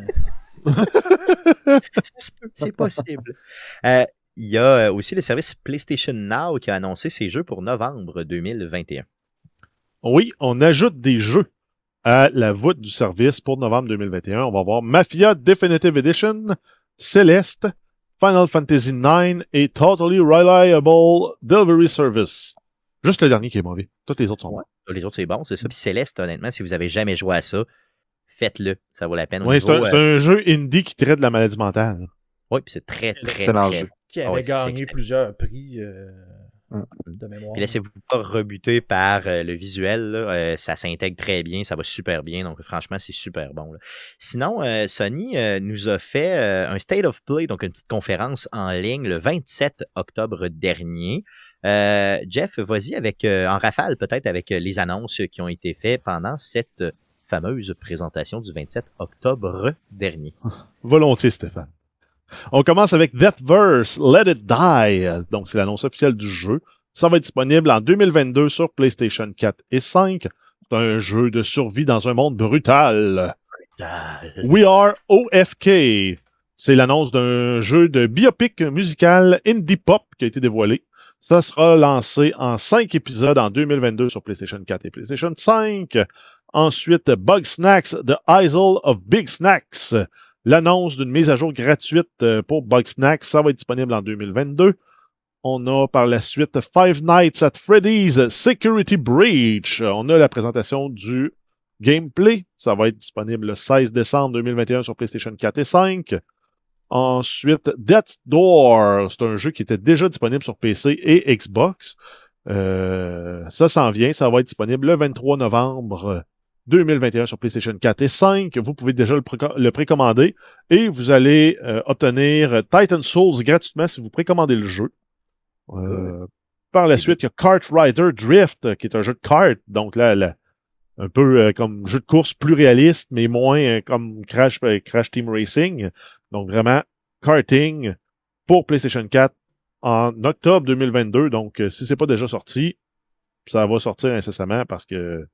Ça se peut, c'est possible. Euh, Il y a euh, aussi le service PlayStation Now qui a annoncé ses jeux pour novembre deux mille vingt et un. Oui, on ajoute des jeux à la voûte du service pour novembre deux mille vingt et un. On va voir Mafia Definitive Edition, Celeste, Final Fantasy neuf et Totally Reliable Delivery Service. Juste le dernier qui est mauvais. Tous les autres sont bons. Les autres, c'est bon, c'est ça. Puis Céleste, honnêtement, si vous n'avez jamais joué à ça, faites-le. Ça vaut la peine. Au Oui, c'est niveau, un, c'est euh, un jeu indie qui traite de la maladie mentale. Oui, puis c'est très, très, Excellent très jeu. qui Ah avait ouais, c'est gagné excellent. plusieurs prix euh, Mm. de mémoire. Et laissez-vous pas rebuter par euh, le visuel. Là. Euh, ça s'intègre très bien, ça va super bien. Donc, franchement, c'est super bon. Là. Sinon, euh, Sony euh, nous a fait euh, un State of Play, donc une petite conférence en ligne le vingt-sept octobre dernier. Euh, Jeff, vas-y avec, euh, en rafale peut-être, avec euh, les annonces qui ont été faites pendant cette euh, fameuse présentation du vingt-sept octobre dernier. Volontiers, Stéphane. On commence avec Deathverse, Let It Die. Donc, c'est l'annonce officielle du jeu. Ça va être disponible en deux mille vingt-deux sur PlayStation quatre et cinq. C'est un jeu de survie dans un monde brutal. We Are O F K. C'est l'annonce d'un jeu de biopic musical indie pop qui a été dévoilé. Ça sera lancé en cinq épisodes en deux mille vingt-deux sur PlayStation quatre et PlayStation cinq. Ensuite, Bug Snacks, The Isle of Big Snacks. L'annonce d'une mise à jour gratuite pour Bugsnax, ça va être disponible en deux mille vingt-deux. On a par la suite Five Nights at Freddy's Security Breach. On a la présentation du gameplay. Ça va être disponible le seize décembre deux mille vingt et un sur PlayStation quatre et cinq. Ensuite, Death's Door. C'est un jeu qui était déjà disponible sur P C et Xbox. Euh, ça s'en vient. Ça va être disponible le vingt-trois novembre deux mille vingt et un sur PlayStation quatre et cinq. Vous pouvez déjà le, pré- le précommander et vous allez euh, obtenir Titan Souls gratuitement si vous précommandez le jeu. Euh, par la Et suite, il y a Kart Rider Drift, euh, qui est un jeu de kart, donc là, là un peu euh, comme jeu de course plus réaliste, mais moins euh, comme Crash, euh, Crash Team Racing. Donc vraiment, karting pour PlayStation quatre en octobre deux mille vingt-deux. Donc, euh, si c'est pas déjà sorti, ça va sortir incessamment parce que...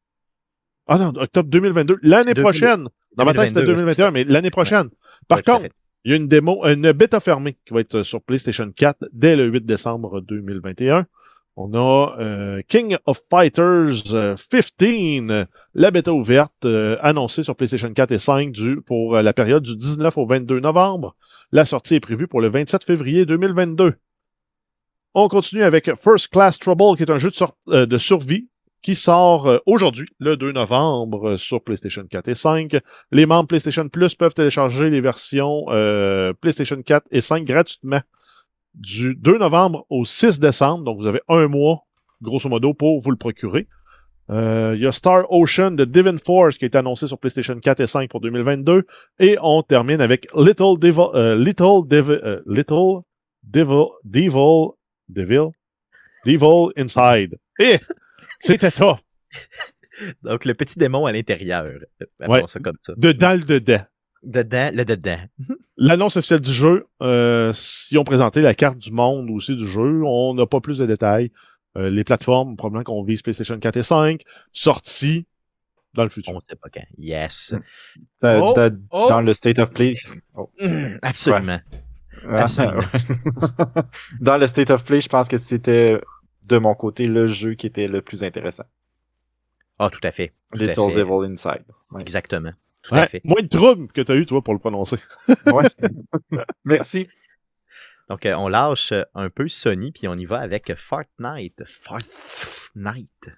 Ah non, octobre deux mille vingt-deux, l'année C'est deux mille prochaine. Dans ma tête, c'était deux mille vingt-deux, deux mille vingt et un, mais l'année prochaine. Par Ouais, tout à contre, fait. il y a une démo, une bêta fermée qui va être sur PlayStation quatre dès le huit décembre deux mille vingt et un. On a euh, King of Fighters euh, quinze, la bêta ouverte euh, annoncée sur PlayStation quatre et cinq du, pour euh, la période du dix-neuf au vingt-deux novembre. La sortie est prévue pour le vingt-sept février deux mille vingt-deux. On continue avec First Class Trouble, qui est un jeu de, sor- euh, de survie qui sort euh, aujourd'hui, le deux novembre, euh, sur PlayStation quatre et cinq. Les membres PlayStation Plus peuvent télécharger les versions euh, PlayStation quatre et cinq gratuitement du deux novembre au six décembre. Donc, vous avez un mois, grosso modo, pour vous le procurer. Euh, Il y a Star Ocean de Divine Force qui est annoncé sur PlayStation quatre et cinq pour deux mille vingt-deux. Et on termine avec Little Devil, euh, Little Devil, euh, Little Devil, Devil, Devil, Devil Inside. Et c'était top. Donc, le petit démon à l'intérieur. Appelons Ouais. ça comme ça. Dedans le dedans. Dedans, le dedans. L'annonce officielle du jeu, euh, ils ont présenté la carte du monde aussi du jeu. On n'a pas plus de détails. Euh, les plateformes, probablement qu'on vise PlayStation quatre et cinq, sorties dans le futur. On sait pas quand. Yes. Euh, Oh, de- oh. Dans le State of Play. Oh. Mmh, absolument. Ah, Absolument. ouais. Dans le State of Play, je pense que c'était de mon côté le jeu qui était le plus intéressant. Ah, tout à fait. Tout à Little fait. Devil Inside. Ouais. Exactement. Tout Ouais, à fait. moins de troubles que tu as eu, toi, pour le prononcer. Ouais. Merci. Donc, euh, on lâche euh, un peu Sony, puis on y va avec Fortnite. Fortnite.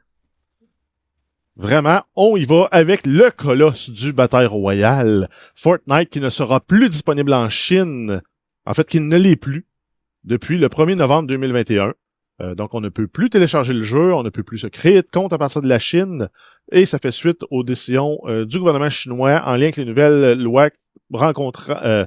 Vraiment, on y va avec le colosse du bataille royale. Fortnite qui ne sera plus disponible en Chine. En fait, qui ne l'est plus depuis le premier novembre deux mille vingt et un. Euh, donc, on ne peut plus télécharger le jeu, on ne peut plus se créer de compte à partir de la Chine, et ça fait suite aux décisions euh, du gouvernement chinois en lien avec les nouvelles lois rencontrant... Euh,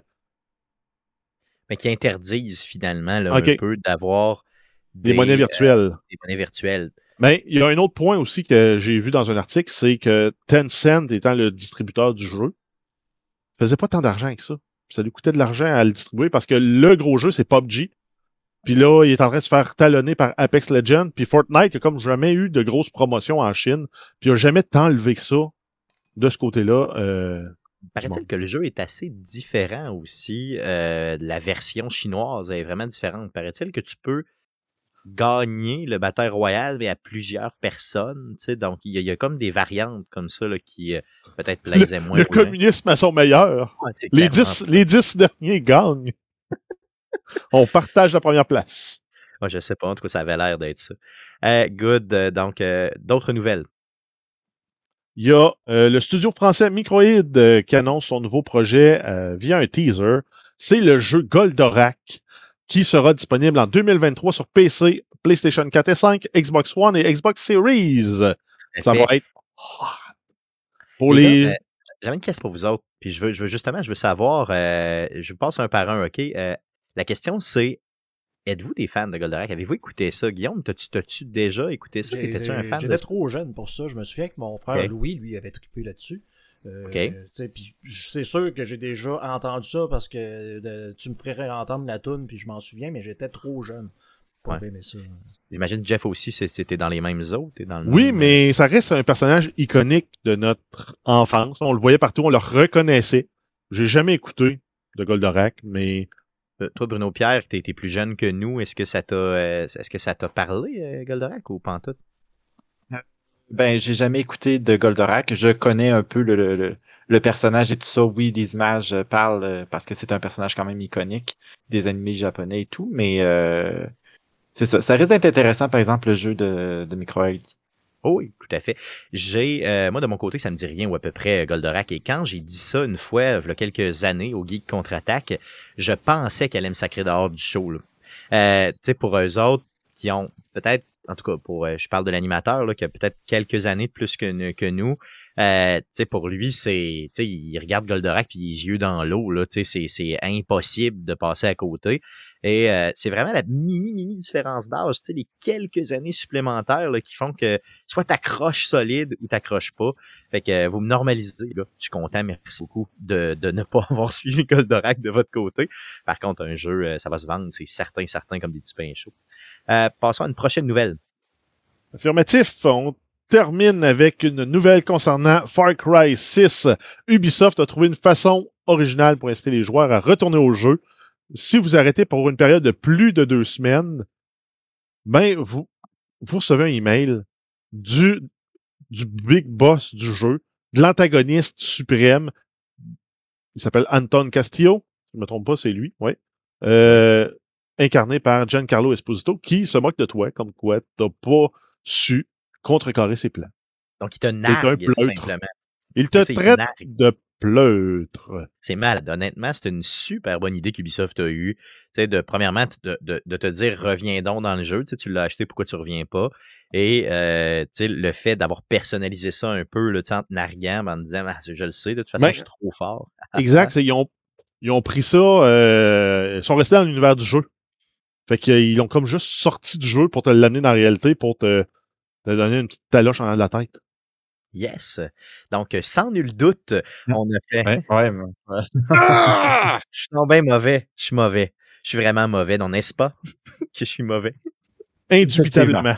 Mais qui interdisent finalement là, Ok. un peu d'avoir des des, monnaies euh, virtuelles. des monnaies virtuelles. Mais il y a un autre point aussi que j'ai vu dans un article, c'est que Tencent, étant le distributeur du jeu, faisait pas tant d'argent avec ça. Ça lui coûtait de l'argent à le distribuer parce que le gros jeu, c'est P U B G. Puis là, il est en train de se faire talonner par Apex Legends. Puis Fortnite, il a comme jamais eu de grosses promotions en Chine. Puis il a jamais tant levé que ça de ce côté-là. Euh, Paraît-il que le jeu est assez différent aussi. Euh, la version chinoise est vraiment différente. Paraît-il que tu peux gagner le bataille royale mais à plusieurs personnes. Tu sais, donc, il y, a- il y a comme des variantes comme ça là, qui euh, peut-être plaisaient moins. le aux gens. communisme à son meilleur. Ouais, c'est Les clairement dix, ça. les dix derniers gagnent. On partage la première place. Ouais, je sais pas, en tout cas, ça avait l'air d'être ça. Euh, good. euh, donc, euh, d'autres nouvelles. Il y a euh, le studio français Microïd euh, qui annonce son nouveau projet euh, via un teaser. C'est le jeu Goldorak qui sera disponible en deux mille vingt-trois sur P C, PlayStation quatre et cinq, Xbox One et Xbox Series. Ça va être hot. Pour Les les... gars, euh, j'avais une question pour vous autres. Puis je veux, je veux justement, je veux savoir, euh, je vous passe un par un, OK? Euh, la question, c'est, êtes-vous des fans de Goldorak? Avez-vous écouté ça? Guillaume, t'as-tu, t'as-tu déjà écouté ça? J'ai- T'étais-tu un fan de J'étais ça? trop jeune pour ça. Je me souviens que mon frère Ok. Louis, lui, avait trippé là-dessus. Euh, Ok. tu sais, puis c'est sûr que j'ai déjà entendu ça parce que de- tu me ferais entendre la toune, puis je m'en souviens, mais j'étais trop jeune pour Ouais. aimer ça. J'imagine Jeff aussi, c'est- c'était dans les mêmes eaux. T'es dans le Oui, même, mais ça reste un personnage iconique de notre enfance. On le voyait partout, on le reconnaissait. J'ai jamais écouté de Goldorak, mais euh, toi, Bruno Pierre, t'es, t'es plus jeune que nous. Est-ce que ça t'a, euh, est-ce que ça t'a parlé, euh, Goldorak, ou pas en tout? Ben, j'ai jamais écouté de Goldorak. Je connais un peu le, le, le, le personnage et tout ça. Oui, les images euh, parlent euh, parce que c'est un personnage quand même iconique des animés japonais et tout, mais euh, c'est ça. Ça risque d'être intéressant, par exemple, le jeu de, de Microïd. Oh oui, tout à fait. J'ai, euh, moi de mon côté, ça me dit rien ou à peu près euh, Goldorak. Et quand j'ai dit ça une fois, il y a quelques années, au Geek Contre-Attaque, je pensais qu'elle allait me sacrer dehors du show. Là. Euh, tu sais, pour eux autres qui ont peut-être, en tout cas, pour, euh, je parle de l'animateur là, qui a peut-être quelques années de plus que, que nous, Euh, tu sais, pour lui, c'est, tu sais, il regarde Goldorak puis les yeux dans l'eau, là, tu sais, c'est, c'est impossible de passer à côté. Et euh, c'est vraiment la mini, mini différence d'âge, tu sais, les quelques années supplémentaires là, qui font que soit t'accroches solide ou t'accroches pas. Fait que euh, vous me normalisez, là. Je suis content, merci beaucoup de, de ne pas avoir suivi Goldorak de votre côté. Par contre, un jeu, euh, ça va se vendre, c'est certain, certain, comme des petits pains chauds. Euh, passons à une prochaine nouvelle. Affirmatif, on termine avec une nouvelle concernant Far Cry six. Ubisoft a trouvé une façon originale pour inciter les joueurs à retourner au jeu. Si vous arrêtez pour une période de plus de deux semaines, ben vous, vous recevez un email du, du big boss du jeu, de l'antagoniste suprême. Il s'appelle Anton Castillo. Si je ne me trompe pas, c'est lui, oui. Euh, incarné par Giancarlo Esposito, qui se moque de toi, comme quoi tu n'as pas su contrecarrer ses plans. Donc, il te T'es un nargue, pleutre. simplement. Il te C'est ça, il traite nargue. de pleutre. C'est malade. Honnêtement, c'est une super bonne idée qu'Ubisoft a eue. Tu sais, de, premièrement, de, de, de te dire reviens donc dans le jeu. Tu sais, tu l'as acheté, pourquoi tu reviens pas? Et euh, tu sais, le fait d'avoir personnalisé ça un peu, là, tu sais, en te narguant, en te disant ah, je le sais, de toute façon, Ben, je suis trop fort. Exact. c'est- Ils ont, ils ont pris ça. Euh, ils sont restés dans l'univers du jeu. Fait qu'ils l'ont comme juste sorti du jeu pour te l'amener dans la réalité, pour te, te donner une petite taloche en la tête. Yes. Donc, sans nul doute, on a fait. Ouais, ouais, mais- ouais. Ah! Je suis donc bien mauvais. Je suis mauvais. Je suis vraiment mauvais. Non, n'est-ce pas que je suis mauvais? Indubitablement.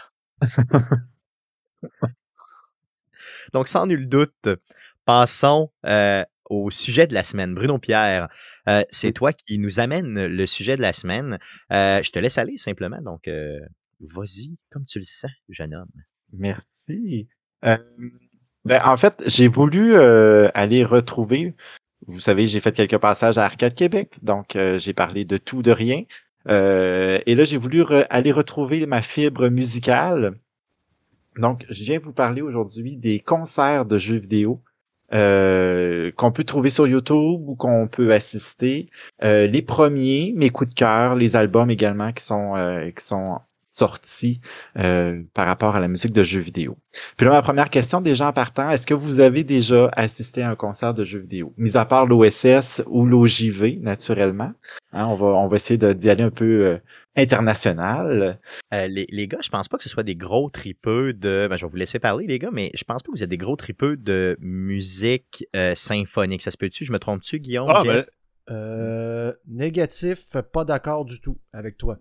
Donc, sans nul doute, passons euh, au sujet de la semaine. Bruno Pierre, euh, c'est toi qui nous amène le sujet de la semaine. Euh, je te laisse aller simplement. Donc, euh, vas-y, comme tu le sens, jeune homme. Merci. Euh, ben, en fait, j'ai voulu euh, aller retrouver. Vous savez, j'ai fait quelques passages à Arcade Québec, donc euh, j'ai parlé de tout, de rien. Euh, et là, j'ai voulu re- aller retrouver ma fibre musicale. Donc, je viens vous parler aujourd'hui des concerts de jeux vidéo euh, qu'on peut trouver sur YouTube ou qu'on peut assister. Euh, les premiers, mes coups de cœur, les albums également qui sont euh, qui sont sortis euh, par rapport à la musique de jeux vidéo. Puis là, ma première question déjà en partant, est-ce que vous avez déjà assisté à un concert de jeux vidéo? Mis à part l'O S S ou l'O J V, naturellement. Hein, on va on va essayer de, d'y aller un peu euh, international. Euh, les, les gars, je pense pas que ce soit des gros tripeux de. Ben, je vais vous laisser parler, les gars, mais je pense pas que vous êtes des gros tripeux de musique euh, symphonique. Ça se peut-tu? Je me trompe-tu, Guillaume? Ah, Jeff? ben, Euh, négatif, pas d'accord du tout avec toi.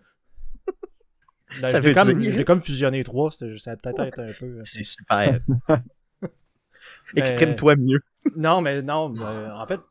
Ben, Ça je l'ai veut comme, dire- je l'ai comme fusionné les trois, c'était- ça a peut-être été un peu. C'est super. Mais- Exprime-toi mieux. Non, mais non, mais, en fait,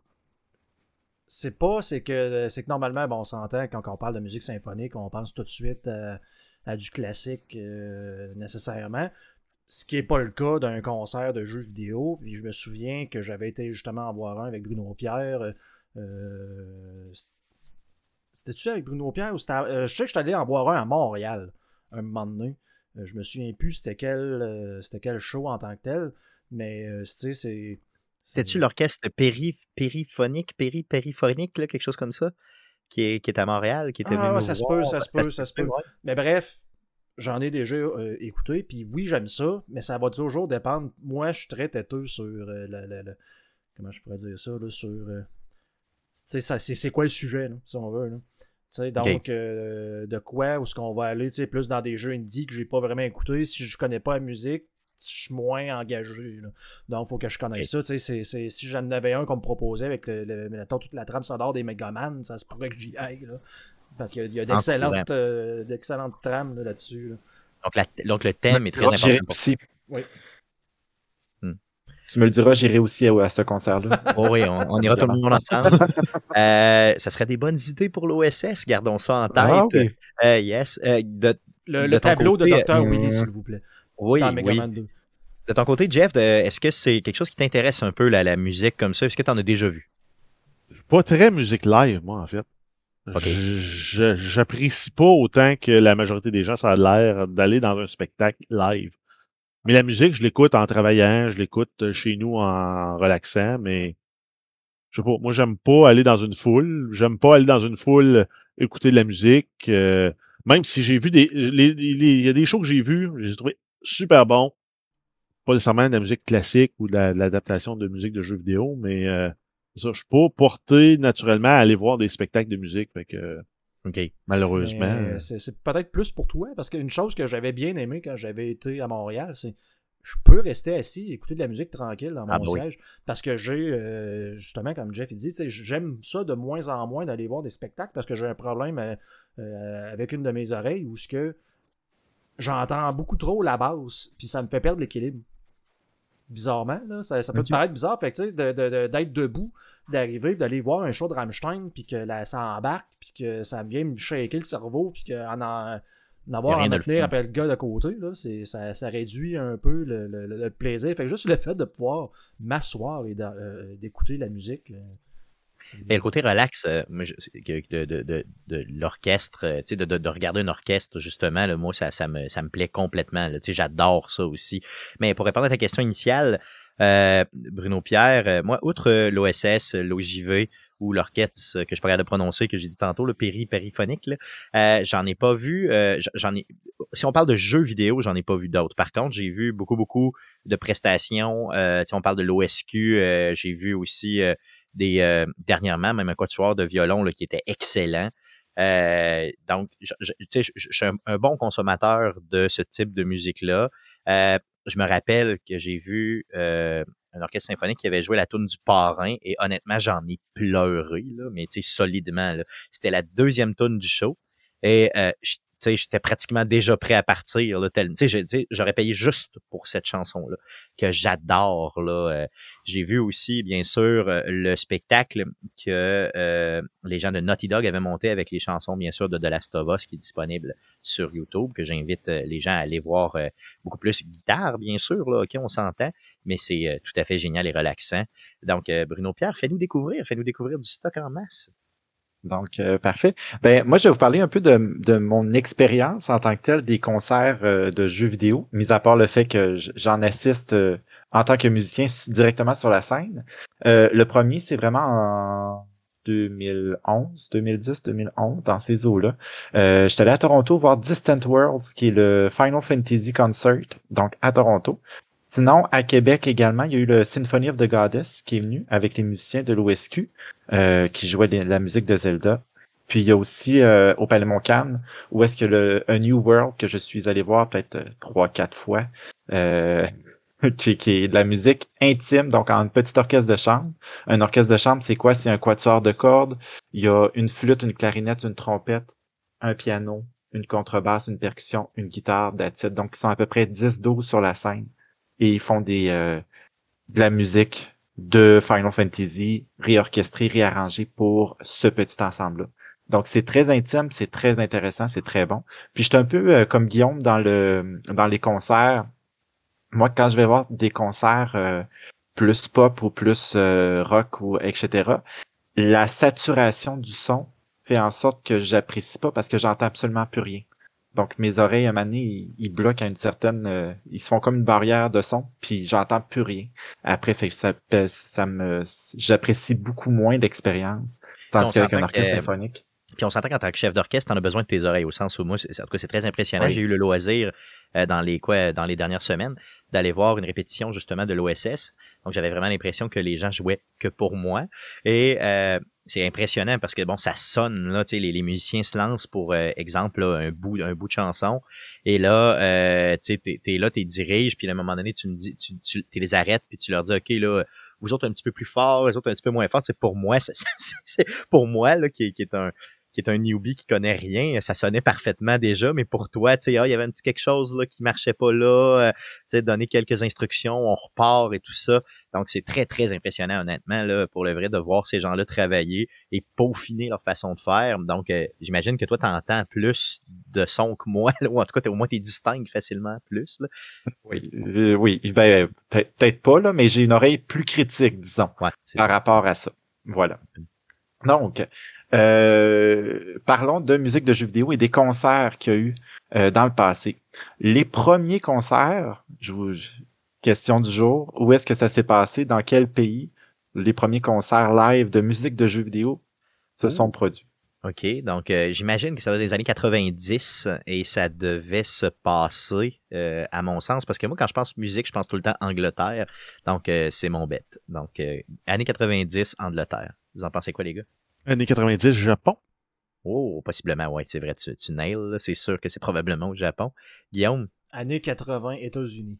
c'est pas, c'est que c'est que normalement, bon, on s'entend quand on parle de musique symphonique, on pense tout de suite à, à du classique euh, nécessairement. Ce qui n'est pas le cas d'un concert de jeux vidéo. Puis je me souviens que j'avais été justement en voir un avec Bruno Pierre. Euh, C'était-tu avec Bruno Pierre ou c'était. euh, je sais que je suis allé en voir un à Montréal un moment donné. Euh, je me souviens plus c'était quel, euh, c'était quel show en tant que tel. Mais euh, tu sais, c'est. C'était-tu l'orchestre péri, périphonique, péri, périphonique, là, quelque chose comme ça, qui est, qui est à Montréal, qui était venu Ah, nous ça se voir? peut, ça se peut, ça se peut. Ouais. Mais bref, j'en ai déjà euh, écouté, puis oui, j'aime ça, mais ça va toujours dépendre. Moi, je suis très têteux sur euh, le, le- le- comment je pourrais dire ça, là, sur euh, tu sais, ça, c'est, c'est quoi le sujet, là, si on veut, là. Tu sais, donc, Ok. euh, de quoi, où est-ce qu'on va aller, tu sais, plus dans des jeux indie que j'ai pas vraiment écouté. Si je connais pas la musique, je suis moins engagé, là. Donc, il faut que je connaisse Ok. ça, tu sais, c'est, c'est, si j'en avais un qu'on me proposait avec le, le- mettons, toute la trame sonore des Megaman, ça se pourrait que j'y aille, là. Parce qu'il y a, il y a d'excellentes, euh, d'excellentes trames là, là-dessus, là. Donc, la- donc, le thème est très J'irai important. aussi. Oui. Hmm. Tu me le diras, j'irai aussi à, à ce concert-là. Oh oui, on, on ira tout le monde ensemble. Euh, ça serait des bonnes idées pour l'O S S, gardons ça en tête. Ah oui. Euh, yes. Euh, de, Le, de le ton tableau côté, de docteur euh, Willy, s'il vous plaît. Oui, Dans oui. Megaman deux. De ton côté, Jeff, de- est-ce que c'est quelque chose qui t'intéresse un peu, la, la musique comme ça? Est-ce que tu en as déjà vu? je suis pas très musique live, moi, en fait. Ok. Je- je- J'apprécie pas autant que la majorité des gens, ça a l'air d'aller dans un spectacle live. Mais la musique, je l'écoute en travaillant, je l'écoute chez nous en relaxant, mais je sais pas, moi j'aime pas aller dans une foule, j'aime pas aller dans une foule écouter de la musique, euh, même si j'ai vu des, les- les- il y a des shows que j'ai vus, je les ai trouvés super bons, pas nécessairement de la musique classique ou de, la, de l'adaptation de musique de jeux vidéo, mais euh, ça, je suis pas porté naturellement à aller voir des spectacles de musique. Fait que, OK. malheureusement. Mais euh, c'est, c'est peut-être plus pour toi, parce qu'une chose que j'avais bien aimé quand j'avais été à Montréal, c'est je peux rester assis, écouter de la musique tranquille dans mon Ah, bah oui. siège, parce que j'ai, euh, justement, comme Jeff il dit, tu sais, j'aime ça de moins en moins d'aller voir des spectacles, parce que j'ai un problème euh, euh, avec une de mes oreilles, où ce que j'entends beaucoup trop la basse, puis ça me fait perdre l'équilibre. Bizarrement, là, ça, ça peut Ok. te paraître bizarre, fait que, tu sais, de, de- de- d'être debout, d'arriver, d'aller voir un show de Rammstein, puis que la, ça embarque, puis que ça vient me shaker le cerveau, puis qu'en en, en avoir Y a rien à de me le tenir fun. après le gars de côté, là, c'est, ça, ça réduit un peu le, le- le plaisir. Fait que juste le fait de pouvoir m'asseoir et d'a- euh, d'écouter la musique. euh, c'est- Et le côté relax euh, moi, je- c'est que- de, de, de, de l'orchestre, euh, tu sais, de, de, de regarder un orchestre, justement, là, moi, ça, ça, me, ça me plaît complètement. Là, tu sais, j'adore ça aussi. Mais pour répondre à ta question initiale, euh, Bruno Pierre, euh, moi, outre euh, l'O S S, l'O J V ou l'orchestre euh, que je suis pas capable de prononcer, que j'ai dit tantôt, le péri périphonique, là, euh, j'en ai pas vu. euh, j- j'en ai. Si on parle de jeux vidéo, j'en ai pas vu d'autres. Par contre, j'ai vu beaucoup, beaucoup de prestations. Euh, si on parle de l'O S Q, euh, j'ai vu aussi euh, des euh, dernièrement, même un quatuor de violon là, qui était excellent. Euh, donc, je, je, tu sais, je, je suis un, un bon consommateur de ce type de musique-là. Euh, je me rappelle que j'ai vu euh, un orchestre symphonique qui avait joué la toune du Parrain et honnêtement, j'en ai pleuré, là, mais tu sais, solidement. Là. C'était la deuxième toune du show et euh, je- tu sais, j'étais pratiquement déjà prêt à partir. Là, tel, tu sais, je- tu sais, j'aurais payé juste pour cette chanson-là, que j'adore. Là. Euh, j'ai vu aussi, bien sûr, euh, le spectacle que euh, les gens de Naughty Dog avaient monté avec les chansons, bien sûr, de The Last of Us, qui est disponible sur YouTube, que j'invite euh, les gens à aller voir euh, beaucoup plus guitare, bien sûr, là, OK, on s'entend, mais c'est euh, tout à fait génial et relaxant. Donc, euh, Bruno Pierre, fais-nous découvrir, fais-nous découvrir du stock en masse. Donc, euh, parfait. Ben, moi, je vais vous parler un peu de, de mon expérience en tant que telle des concerts euh, de jeux vidéo, mis à part le fait que j- j'en assiste euh, en tant que musicien s- directement sur la scène. Euh, le premier, c'est vraiment en deux mille onze, deux mille dix, deux mille onze, dans ces eaux-là. Euh, j'étais allé à Toronto voir Distant Worlds, qui est le Final Fantasy Concert, donc à Toronto. Sinon, à Québec également, il y a eu le Symphony of the Goddess qui est venu avec les musiciens de l'O S Q euh, qui jouaient les- la musique de Zelda. Puis il y a aussi euh, au Palais Montcalm, où est-ce que le A New World que je suis allé voir peut-être euh, trois, quatre fois, euh, qui, qui est de la musique intime, donc en petit orchestre de chambre. Un orchestre de chambre, c'est quoi? C'est un quatuor de cordes. Il y a une flûte, une clarinette, une trompette, un piano, une contrebasse, une percussion, une guitare, that's it. Donc ils sont à peu près dix douze sur la scène. Et ils font des euh, de la musique de Final Fantasy réorchestrée, réarrangée pour ce petit ensemble-là. Donc c'est très intime, c'est très intéressant, c'est très bon. Puis je suis un peu euh, comme Guillaume dans le dans les concerts. Moi, quand je vais voir des concerts euh, plus pop ou plus euh, rock ou et cetera, la saturation du son fait en sorte que j'apprécie pas parce que j'entends absolument plus rien. Donc mes oreilles à un moment donné, ils, ils bloquent à une certaine, euh, ils se font comme une barrière de son, puis j'entends plus rien. Après, fait que ça, ça me, j'apprécie beaucoup moins d'expérience, Puis on tandis qu'avec un s'entend orchestre que symphonique. Puis on s'entend qu'en tant que chef d'orchestre, t'en as besoin de tes oreilles, au sens où moi, c'est, en tout cas, c'est très impressionnant. Oui. J'ai eu le loisir euh, dans les quoi, dans les dernières semaines, d'aller voir une répétition justement de l'O S S. Donc j'avais vraiment l'impression que les gens jouaient que pour moi. Et euh, c'est impressionnant parce que bon, ça sonne là, tu sais, les, les musiciens se lancent pour euh, exemple là, un bout, un bout de chanson. Et là, euh, tu sais, t'es, t'es là, t'es diriges, puis à un moment donné, tu me dis, tu, tu, tu les arrêtes, puis tu leur dis, ok là, vous autres un petit peu plus fort, les autres un petit peu moins fort. C'est pour moi, c'est, c'est, c'est pour moi là qui est, qui est un qui est un newbie qui connaît rien, ça sonnait parfaitement déjà, mais pour toi, tu sais, ah, il y avait un petit quelque chose là qui marchait pas là, euh, tu sais, donner quelques instructions, on repart et tout ça. Donc c'est très très impressionnant honnêtement là pour le vrai de voir ces gens-là travailler et peaufiner leur façon de faire. Donc euh, j'imagine que toi t'entends plus de son que moi, là, ou en tout cas t'es, au moins t'es distingues facilement plus là. Oui, euh, oui, ben, peut-être, peut-être pas là, mais j'ai une oreille plus critique, disons, Ouais, c'est par ça. rapport à ça. Voilà. Donc, euh, parlons de musique de jeux vidéo et des concerts qu'il y a eu euh, dans le passé. Les premiers concerts, je vous, je- question du jour, où est-ce que ça s'est passé, dans quel pays les premiers concerts live de musique de jeux vidéo se Ouh. sont produits? OK, donc euh, j'imagine que ça va des années quatre-vingt-dix et ça devait se passer, euh, à mon sens, parce que moi, quand je pense musique, je pense tout le temps Angleterre, donc euh, c'est mon bête. Donc, euh, années quatre-vingt-dix, Angleterre. Vous en pensez quoi, les gars? Années quatre-vingt-dix, Japon. Oh, possiblement, ouais, c'est vrai, tu, tu nails, là, c'est sûr que c'est probablement au Japon. Guillaume? Années quatre-vingts, États-Unis.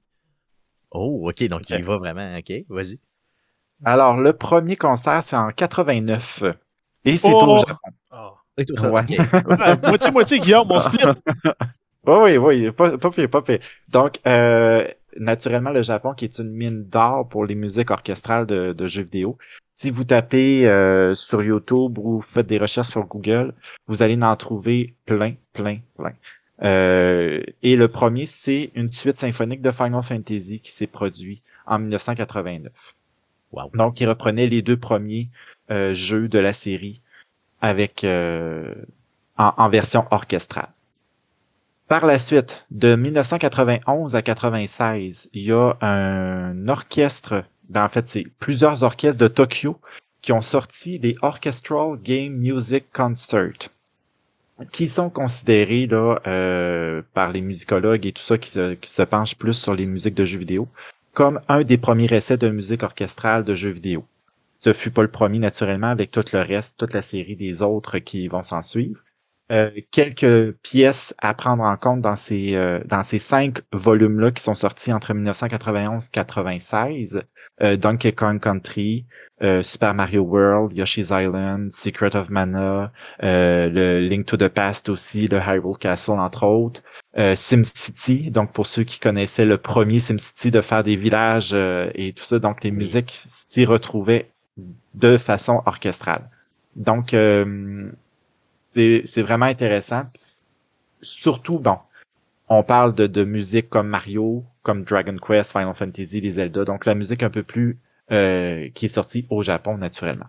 Oh, OK, donc Ok. il y va vraiment, OK, vas-y. Alors, le premier concert, c'est en quatre-vingt-neuf. Et c'est Oh! au Japon. Ah. Et tout ça, Ouais. OK. Ouais, moitié-moitié, Guillaume, mon split. Oui, oui, oui, pas, pas pire, pas pire. Donc, euh, naturellement, le Japon, qui est une mine d'or pour les musiques orchestrales de, de jeux vidéo. Si vous tapez euh, sur YouTube ou vous faites des recherches sur Google, vous allez en trouver plein, plein, plein. Euh, et le premier, c'est une suite symphonique de Final Fantasy qui s'est produit en mille neuf cent quatre-vingt-neuf. Wow. Donc, il reprenait les deux premiers euh, jeux de la série avec euh, en, en version orchestrale. Par la suite, de mille neuf cent quatre-vingt-onze à quatre-vingt-seize, il y a un orchestre, ben, en fait, c'est plusieurs orchestres de Tokyo qui ont sorti des Orchestral Game Music Concert, qui sont considérés là euh, par les musicologues et tout ça qui se, qui se penchent plus sur les musiques de jeux vidéo comme un des premiers essais de musique orchestrale de jeux vidéo. Ce fut pas le premier naturellement, avec tout le reste, toute la série des autres qui vont s'en suivre. Euh, quelques pièces à prendre en compte dans ces euh, dans ces cinq volumes-là qui sont sortis entre mille neuf cent quatre-vingt-onze et quatre-vingt-seize. Euh, Donkey Kong Country, euh, Super Mario World, Yoshi's Island, Secret of Mana, euh, le Link to the Past aussi, le Hyrule Castle entre autres, euh, SimCity, donc pour ceux qui connaissaient le premier SimCity de faire des villages euh, et tout ça, donc les Oui. musiques s'y retrouvaient de façon orchestrale. Donc euh, c'est, c'est vraiment intéressant. Surtout, bon, on parle de, de musique comme Mario, comme Dragon Quest, Final Fantasy, les Zelda, donc la musique un peu plus euh, qui est sortie au Japon naturellement.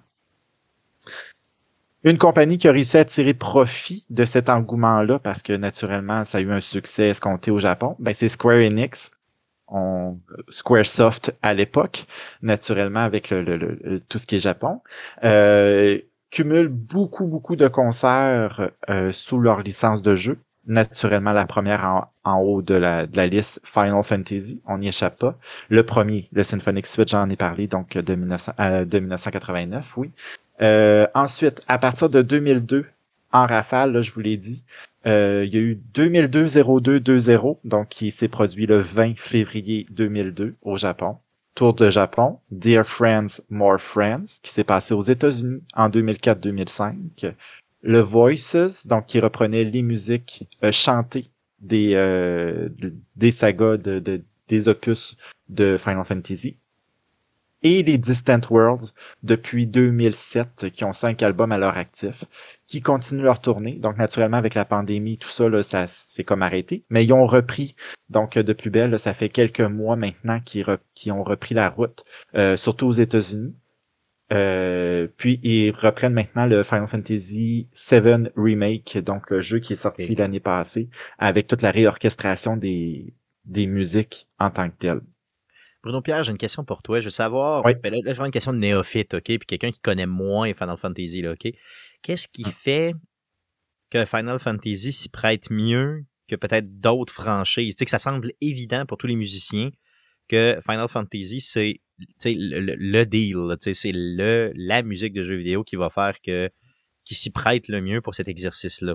Une compagnie qui a réussi à tirer profit de cet engouement-là, parce que naturellement, ça a eu un succès escompté au Japon, ben c'est Square Enix, on, Squaresoft à l'époque, naturellement avec le, le, le, tout ce qui est Japon. Euh, cumulent beaucoup, beaucoup de concerts euh, sous leur licence de jeu. Naturellement, la première en, en haut de la, de la liste, Final Fantasy, on n'y échappe pas. Le premier, le Symphonic Switch, j'en ai parlé, donc de, mille neuf cents, euh, de mille neuf cent quatre-vingt-neuf, oui. Euh, ensuite, à partir de deux mille deux, en rafale, là, je vous l'ai dit, euh, il y a eu deux mille deux zéro deux deux zéro, donc qui s'est produit le vingt février deux mille deux au Japon. Tour de Japon, Dear Friends, More Friends, qui s'est passé aux États-Unis en deux mille quatre deux mille cinq. Le Voices, donc qui reprenait les musiques euh, chantées des euh, de, des sagas de, de des opus de Final Fantasy. Et les Distant Worlds depuis deux mille sept, qui ont cinq albums à leur actif, qui continuent leur tournée. Donc, naturellement, avec la pandémie, tout ça, là, ça c'est comme arrêté. Mais ils ont repris, donc de plus belle, là, ça fait quelques mois maintenant qu'ils, re- qu'ils ont repris la route, euh, surtout aux États-Unis. Euh, puis, ils reprennent maintenant le Final Fantasy sept Remake, donc le jeu qui est sorti Ok. l'année passée, avec toute la réorchestration des, des musiques en tant que telles. Bruno Pierre, j'ai une question pour toi. Je veux savoir, Oui. ben là, là, je vais avoir une question de néophyte, OK? Puis quelqu'un qui connaît moins Final Fantasy, là, OK? Qu'est-ce qui fait que Final Fantasy s'y prête mieux que peut-être d'autres franchises? Tu sais, que ça semble évident pour tous les musiciens que Final Fantasy, c'est tu sais, le, le, le deal, là, tu sais, c'est le, la musique de jeux vidéo qui va faire que qui s'y prête le mieux pour cet exercice-là.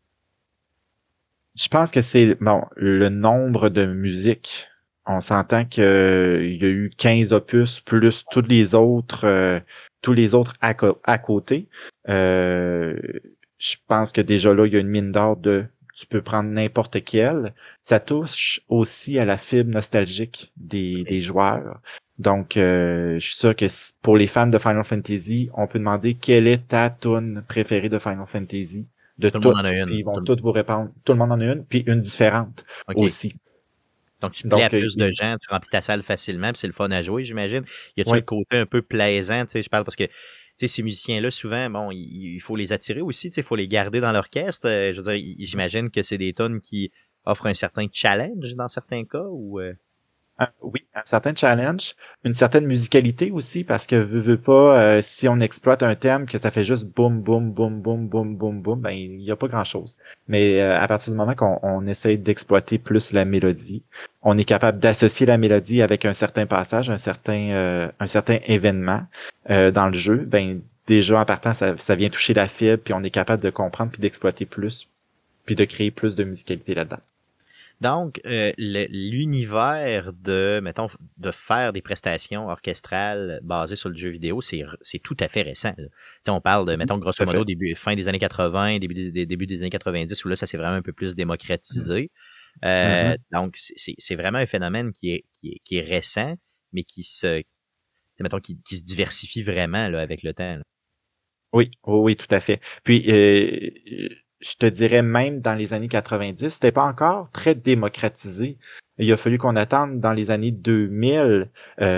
Je pense que c'est bon le nombre de musiques. On s'entend que euh, il y a eu quinze opus plus tous les autres euh, tous les autres à, co- à côté. Euh, je pense que déjà là il y a une mine d'or de tu peux prendre n'importe quelle. Ça touche aussi à la fibre nostalgique des, des joueurs. Donc euh, je suis sûr que si- pour les fans de Final Fantasy, on peut demander quelle est ta tune préférée de Final Fantasy de Tout le monde en toutes, a une. puis ils vont Tout le- toutes vous répondre. Tout le monde en a une, puis une différente OK. aussi. Donc, tu plais à Donc, euh, plus de il- gens, tu remplis ta salle facilement, puis c'est le fun à jouer, j'imagine. Y a-tu Oui. le côté un peu plaisant, tu sais, je parle parce que, tu sais, ces musiciens-là, souvent, bon, il, il faut les attirer aussi, tu sais, il faut les garder dans l'orchestre. Euh, je veux dire, il- j'imagine que c'est des tonnes qui offrent un certain challenge dans certains cas, ou... euh, Un- oui, un certain challenge, une certaine musicalité aussi, parce que veux, veux pas, euh, si on exploite un thème que ça fait juste boum, boum, boum, boum, boum, boum, boum, ben il y a pas grand-chose. Mais euh, à partir du moment qu'on on essaye d'exploiter plus la mélodie, on est capable d'associer la mélodie avec un certain passage, un certain, euh, un certain événement euh, dans le jeu, ben déjà en partant, ça, ça vient toucher la fibre, puis on est capable de comprendre puis d'exploiter plus, puis de créer plus de musicalité là-dedans. Donc, euh, le- l'univers de, mettons, de faire des prestations orchestrales basées sur le jeu vidéo, c'est c'est tout à fait récent. Là. Tu sais, on parle de, mettons, grosso Tout à fait. modo, début, fin des années quatre-vingts, début des, début des années quatre-vingt-dix, où là, ça s'est vraiment un peu plus démocratisé. Euh, Mhm. Donc, c'est c'est- c'est vraiment un phénomène qui est, qui est, qui est récent, mais qui se, tu sais, mettons, qui, qui se diversifie vraiment là, avec le temps. Là. Oui, oui, oui, tout à fait. Puis, euh, je te dirais même dans les années quatre-vingt-dix, c'était pas encore très démocratisé. Il a fallu qu'on attende dans les années deux mille,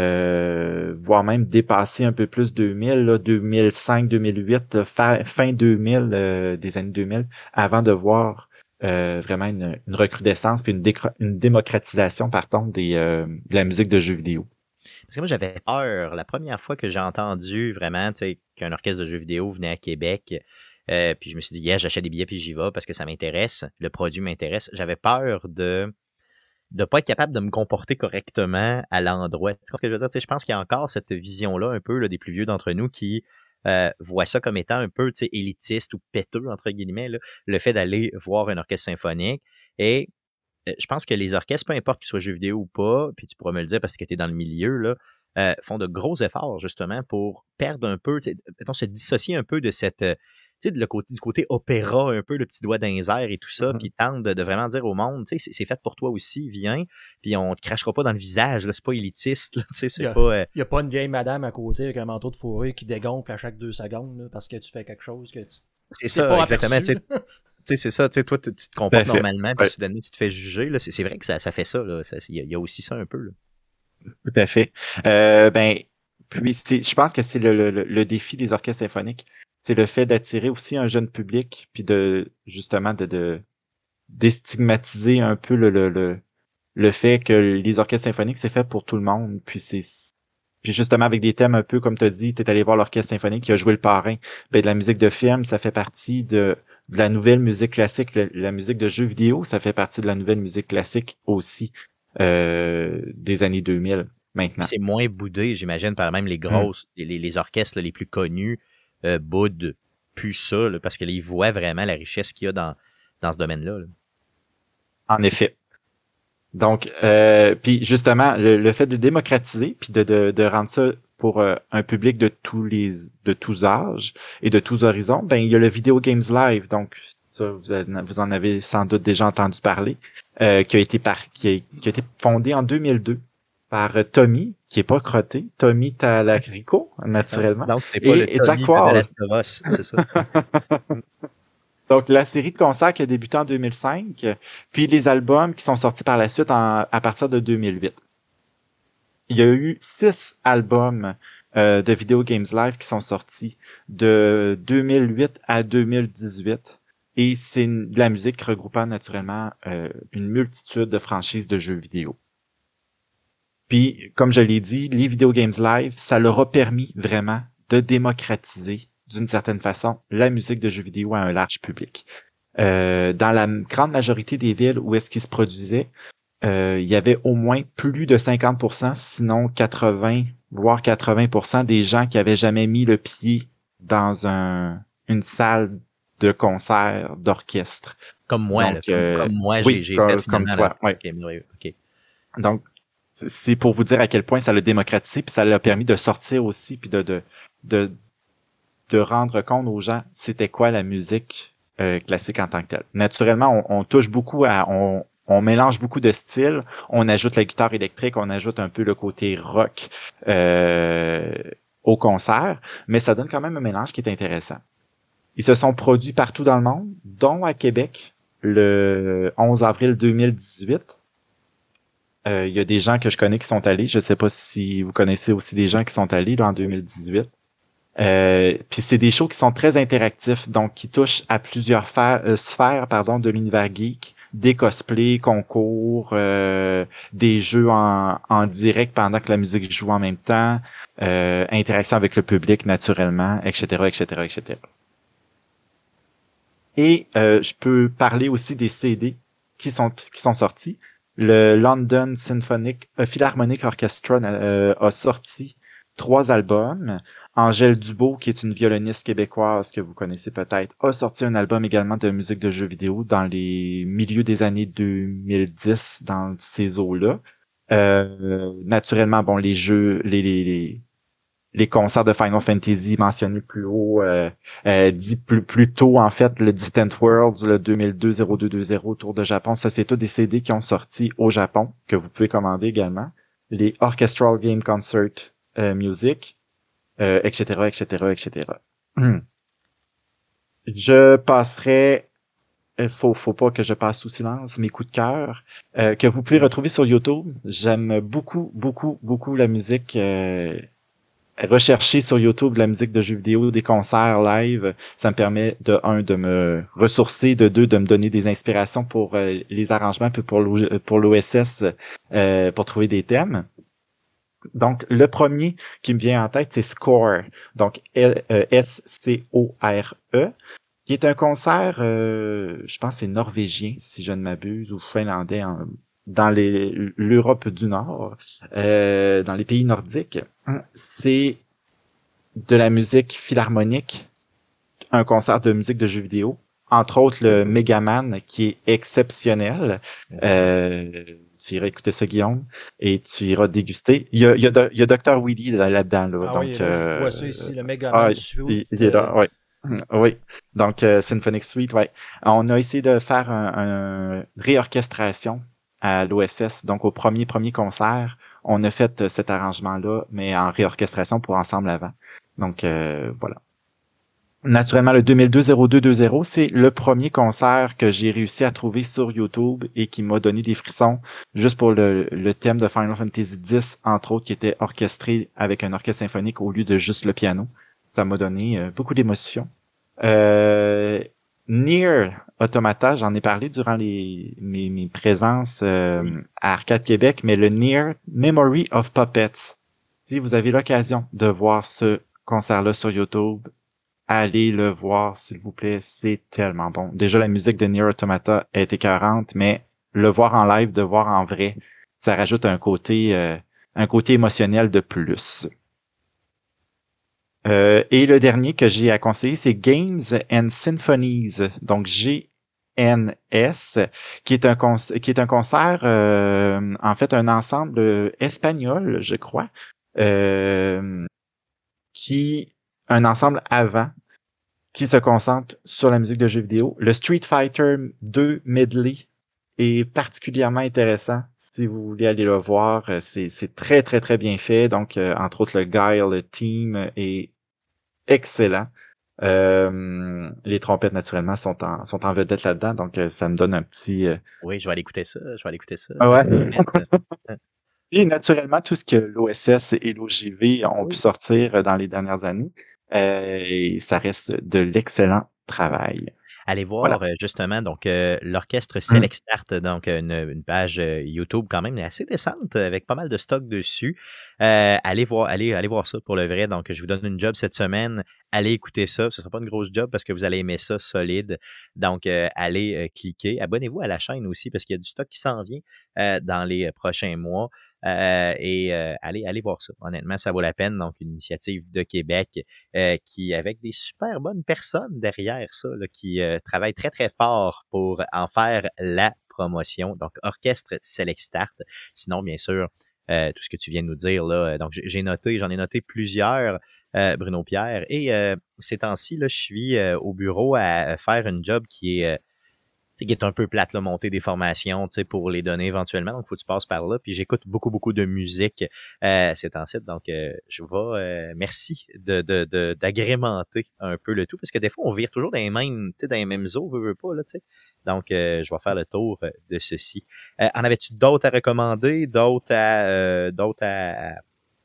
euh, voire même dépasser un peu plus deux mille, là, deux mille cinq, deux mille huit, euh, fin, fin deux mille, euh, des années deux mille, avant de voir euh, vraiment une, une recrudescence puis une, décro- une démocratisation, pardon, des, euh, de la musique de jeux vidéo. Parce que moi, j'avais peur. La première fois que j'ai entendu vraiment, tu sais, qu'un orchestre de jeux vidéo venait à Québec, euh, puis je me suis dit, yeah, j'achète des billets puis j'y vais parce que ça m'intéresse, le produit m'intéresse. J'avais peur de de pas être capable de me comporter correctement à l'endroit. Tu sais ce que je veux dire? Tu sais, je pense qu'il y a encore cette vision-là, un peu, là, des plus vieux d'entre nous qui euh, voient ça comme étant un peu, tu sais, élitiste ou péteux, entre guillemets, là, le fait d'aller voir un orchestre symphonique. Et euh, je pense que les orchestres, peu importe qu'ils soient jeux vidéo ou pas, puis tu pourras me le dire parce que tu es dans le milieu, là, euh, font de gros efforts justement pour perdre un peu, tu sais, mettons, se dissocier un peu de cette, euh, tu sais, de le côté, du côté opéra, un peu le petit doigt dans les airs et tout ça, Mhm. puis tentent de, de vraiment dire au monde, tu sais, c'est, c'est fait pour toi aussi, viens, puis on te crachera pas dans le visage, là, c'est pas élitiste, là, tu sais, Il c'est n'y a, pas... euh, y a pas une vieille madame à côté avec un manteau de fourrure qui dégonfle à chaque deux secondes là, parce que tu fais quelque chose que tu c'est t'es ça, pas exactement, tu aperçu. sais. Tu sais, c'est ça, tu sais, toi, tu, tu te Tout à comportes fait. normalement, puis Ouais, soudainement, tu te fais juger, là, c'est, c'est vrai que ça, ça fait ça, là, ça- il y, a- il y a aussi ça un peu, là. tout à fait. Euh, ben, puis c'est, je pense que c'est le, le, le le défi des orchestres symphoniques. C'est le fait d'attirer aussi un jeune public, puis de justement de, de déstigmatiser un peu le, le, le, le fait que les orchestres symphoniques, c'est fait pour tout le monde. Puis c'est puis justement avec des thèmes un peu comme tu as dit, tu es allé voir l'orchestre symphonique qui a joué le parrain. Ben, de la musique de film, ça fait partie de, de la nouvelle musique classique. La, la musique de jeux vidéo, ça fait partie de la nouvelle musique classique aussi euh, des années deux mille Puis maintenant. c'est moins boudé, j'imagine, par même les Hmm. grosses, les, les- les orchestres là, les plus connus euh, boudent plus ça, là, parce qu'ils voient vraiment la richesse qu'il y a dans, dans ce domaine-là. Là. En effet. Donc, euh, puis justement, le, le fait de démocratiser, puis de, de, de rendre ça pour euh, un public de tous les de tous âges et de tous horizons, ben il y a le Video Games Live. Donc, ça, vous, en- vous en avez sans doute déjà entendu parler, euh, qui a été par, qui a, qui a été fondé en deux mille deux par euh, Tommy, qui est pas crotté, Tommy Talarico, naturellement, Donc, c'est pas le et, et Jack Tommy de The Wall. Last of Us, c'est ça. Donc, la série de concerts qui a débuté en deux mille cinq, puis les albums qui sont sortis par la suite en- à partir de deux mille huit. Il y a eu six albums euh, de Video Games Live qui sont sortis de deux mille huit à deux mille dix-huit. Et c'est une- de la musique regroupant naturellement euh, une multitude de franchises de jeux vidéo. Puis, comme je l'ai dit, les Video Games Live, ça leur a permis vraiment de démocratiser, d'une certaine façon, la musique de jeux vidéo à un large public. Euh, dans la grande majorité des villes où est-ce qu'ils se produisaient, euh, il y avait au moins plus de cinquante pour cent, sinon quatre-vingts, voire quatre-vingts pour cent des gens qui avaient jamais mis le pied dans un, une salle de concert d'orchestre. Comme moi, là, Donc, comme, euh, comme moi, j'ai, oui, j'ai comme, fait comme finalement. toi, Là. ouais. Ok, oui, ok. Donc, c'est- c'est pour vous dire à quel point ça l'a démocratisé, puis ça l'a permis de sortir aussi, puis de, de, de, de rendre compte aux gens c'était quoi la musique euh, classique en tant que telle. Naturellement, on, on touche beaucoup à, on, on mélange beaucoup de styles, on ajoute la guitare électrique, on ajoute un peu le côté rock euh, au concert, mais ça donne quand même un mélange qui est intéressant. Ils se sont produits partout dans le monde, dont à Québec, le onze avril deux mille dix-huit. Euh, Il y a des gens que je connais qui sont allés. Je sais pas si vous connaissez aussi des gens qui sont allés là, en deux mille dix-huit. Euh, puis c'est des shows qui sont très interactifs, donc qui touchent à plusieurs fa- euh, sphères pardon, de l'univers geek, des cosplays, concours, euh, des jeux en, en direct pendant que la musique joue en même temps, euh, interaction avec le public naturellement, et cetera, et cetera, et cetera. Et euh, je peux parler aussi des C D qui sont qui sont sortis. Le London Symphonic euh, Philharmonic Orchestra euh, a sorti trois albums. Angèle Dubois, qui est une violoniste québécoise que vous connaissez peut-être, a sorti un album également de musique de jeux vidéo dans les milieux des années deux mille dix, dans ces eaux-là. Euh, naturellement, bon, les jeux, les, les, les les concerts de Final Fantasy mentionnés plus haut, euh, euh, dit plus, plus tôt, en fait, le Distant Worlds, le deux mille deux zéro deux deux zéro Tour de Japon, ça, c'est tous des C D qui ont sorti au Japon, que vous pouvez commander également. Les Orchestral Game Concert euh, Music, euh, et cetera, et cetera, et cetera. Je passerai, il faut, faut pas que je passe sous silence mes coups de cœur, euh, que vous pouvez retrouver sur YouTube. J'aime beaucoup, beaucoup, beaucoup la musique, euh, rechercher sur YouTube de la musique de jeux vidéo, des concerts live, ça me permet de un de me ressourcer, de deux de me donner des inspirations pour euh, les arrangements, puis pour l'O- pour l'O S S, euh, pour trouver des thèmes. Donc le premier qui me vient en tête, c'est Score, donc L- euh, S C O R E, qui est un concert, euh, je pense que c'est norvégien si je ne m'abuse, ou finlandais, en- dans les l'Europe du Nord, euh, dans les pays nordiques. C'est de la musique philharmonique, un concert de musique de jeux vidéo, entre autres le Megaman qui est exceptionnel. Euh, tu iras écouter ça, Guillaume, et tu iras déguster. Il y a, il y a, de- il y a docteur Willy là- là-dedans, là, Ah donc oui, là, je euh, vois ça ici, le Mega ah, Man il, Suite. il est là, euh, ouais. Oui, donc euh, Symphonic Suite, ouais. On a essayé de faire un, un réorchestration à l'O S S, donc au premier premier concert, on a fait euh, cet arrangement-là, mais en réorchestration pour Ensemble Avant. Donc euh, voilà. Naturellement, le deux mille deux zéro deux deux zéro, c'est le premier concert que j'ai réussi à trouver sur YouTube et qui m'a donné des frissons juste pour le, le thème de Final Fantasy X, entre autres, qui était orchestré avec un orchestre symphonique au lieu de juste le piano. Ça m'a donné euh, beaucoup d'émotions. Euh, Nier Automata, j'en ai parlé durant les, mes, mes présences euh, à Arcade Québec, mais le Nier Memory of Puppets, si vous avez l'occasion de voir ce concert-là sur YouTube, allez le voir, s'il vous plaît, c'est tellement bon. Déjà, la musique de Nier Automata est écœurante, mais le voir en live, de voir en vrai, ça rajoute un côté, euh, un côté émotionnel de plus. Euh, et le dernier que j'ai à conseiller, c'est Games and Symphonies, donc G N S, qui est un con- qui est un concert, euh, en fait, un ensemble espagnol, je crois, euh, qui un ensemble avant qui se concentre sur la musique de jeux vidéo. Le Street Fighter deux Medley est particulièrement intéressant. Si vous voulez aller le voir, euh, c'est, c'est très, très, très bien fait. Donc, euh, entre autres, le Guile, le team est excellent. Euh, les trompettes, naturellement, sont en, sont en vedette là-dedans. Donc, euh, ça me donne un petit... euh, Oui, je vais aller écouter ça. Je vais aller écouter ça. Ouais. Honnête. Et naturellement, tout ce que l'O S S et l'O G V ont pu sortir dans les dernières années, euh, et ça reste de l'excellent travail. Allez Voilà. voir euh, justement donc euh, l'orchestre Mm. Select Start, donc une, une page euh, YouTube quand même assez décente avec pas mal de stock dessus. Euh, allez voir, allez, allez voir ça pour le vrai. Donc je vous donne une job cette semaine. Allez écouter ça. Ce sera pas une grosse job parce que vous allez aimer ça solide. Donc euh, allez euh, cliquer. Abonnez-vous à la chaîne aussi parce qu'il y a du stock qui s'en vient euh, dans les prochains mois. Euh, et euh, allez, allez voir ça. Honnêtement, ça vaut la peine. Donc, une initiative de Québec euh, qui, avec des super bonnes personnes derrière ça, là, qui euh, travaillent très, très fort pour en faire la promotion. Donc, Orchestre Select Start. Sinon, bien sûr, euh, tout ce que tu viens de nous dire, là. Donc, j'ai noté, j'en ai noté plusieurs, euh, Bruno Pierre. Et euh, ces temps-ci, là, je suis euh, au bureau à faire une job qui est... Euh, qui est un peu plate, là, monter des formations pour les donner éventuellement. Donc, il faut que tu passes par là. Puis j'écoute beaucoup, beaucoup de musique euh, ces temps-ci. Donc, euh, je vais... Euh, merci de, de, de, d'agrémenter un peu le tout. Parce que des fois, on vire toujours dans les mêmes, dans les mêmes eaux, veut, veut pas, là, tu sais. Donc, euh, je vais faire le tour de ceci. Euh, en avais-tu d'autres à recommander? D'autres à... Euh, d'autres à...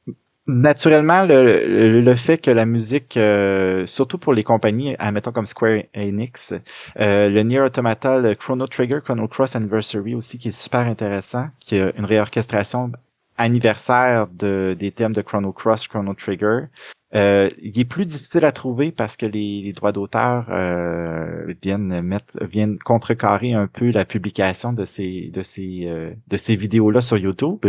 Naturellement, le, le, le fait que la musique, euh, surtout pour les compagnies, admettons comme Square Enix, euh, le Nier Automata, le Chrono Trigger, Chrono Cross Anniversary aussi, qui est super intéressant, qui a une réorchestration anniversaire de, des thèmes de Chrono Cross, Chrono Trigger. Euh, il est plus difficile à trouver parce que les, les droits d'auteur euh, viennent mettre, viennent contrecarrer un peu la publication de ces, de ces, euh, de ces vidéos-là sur YouTube.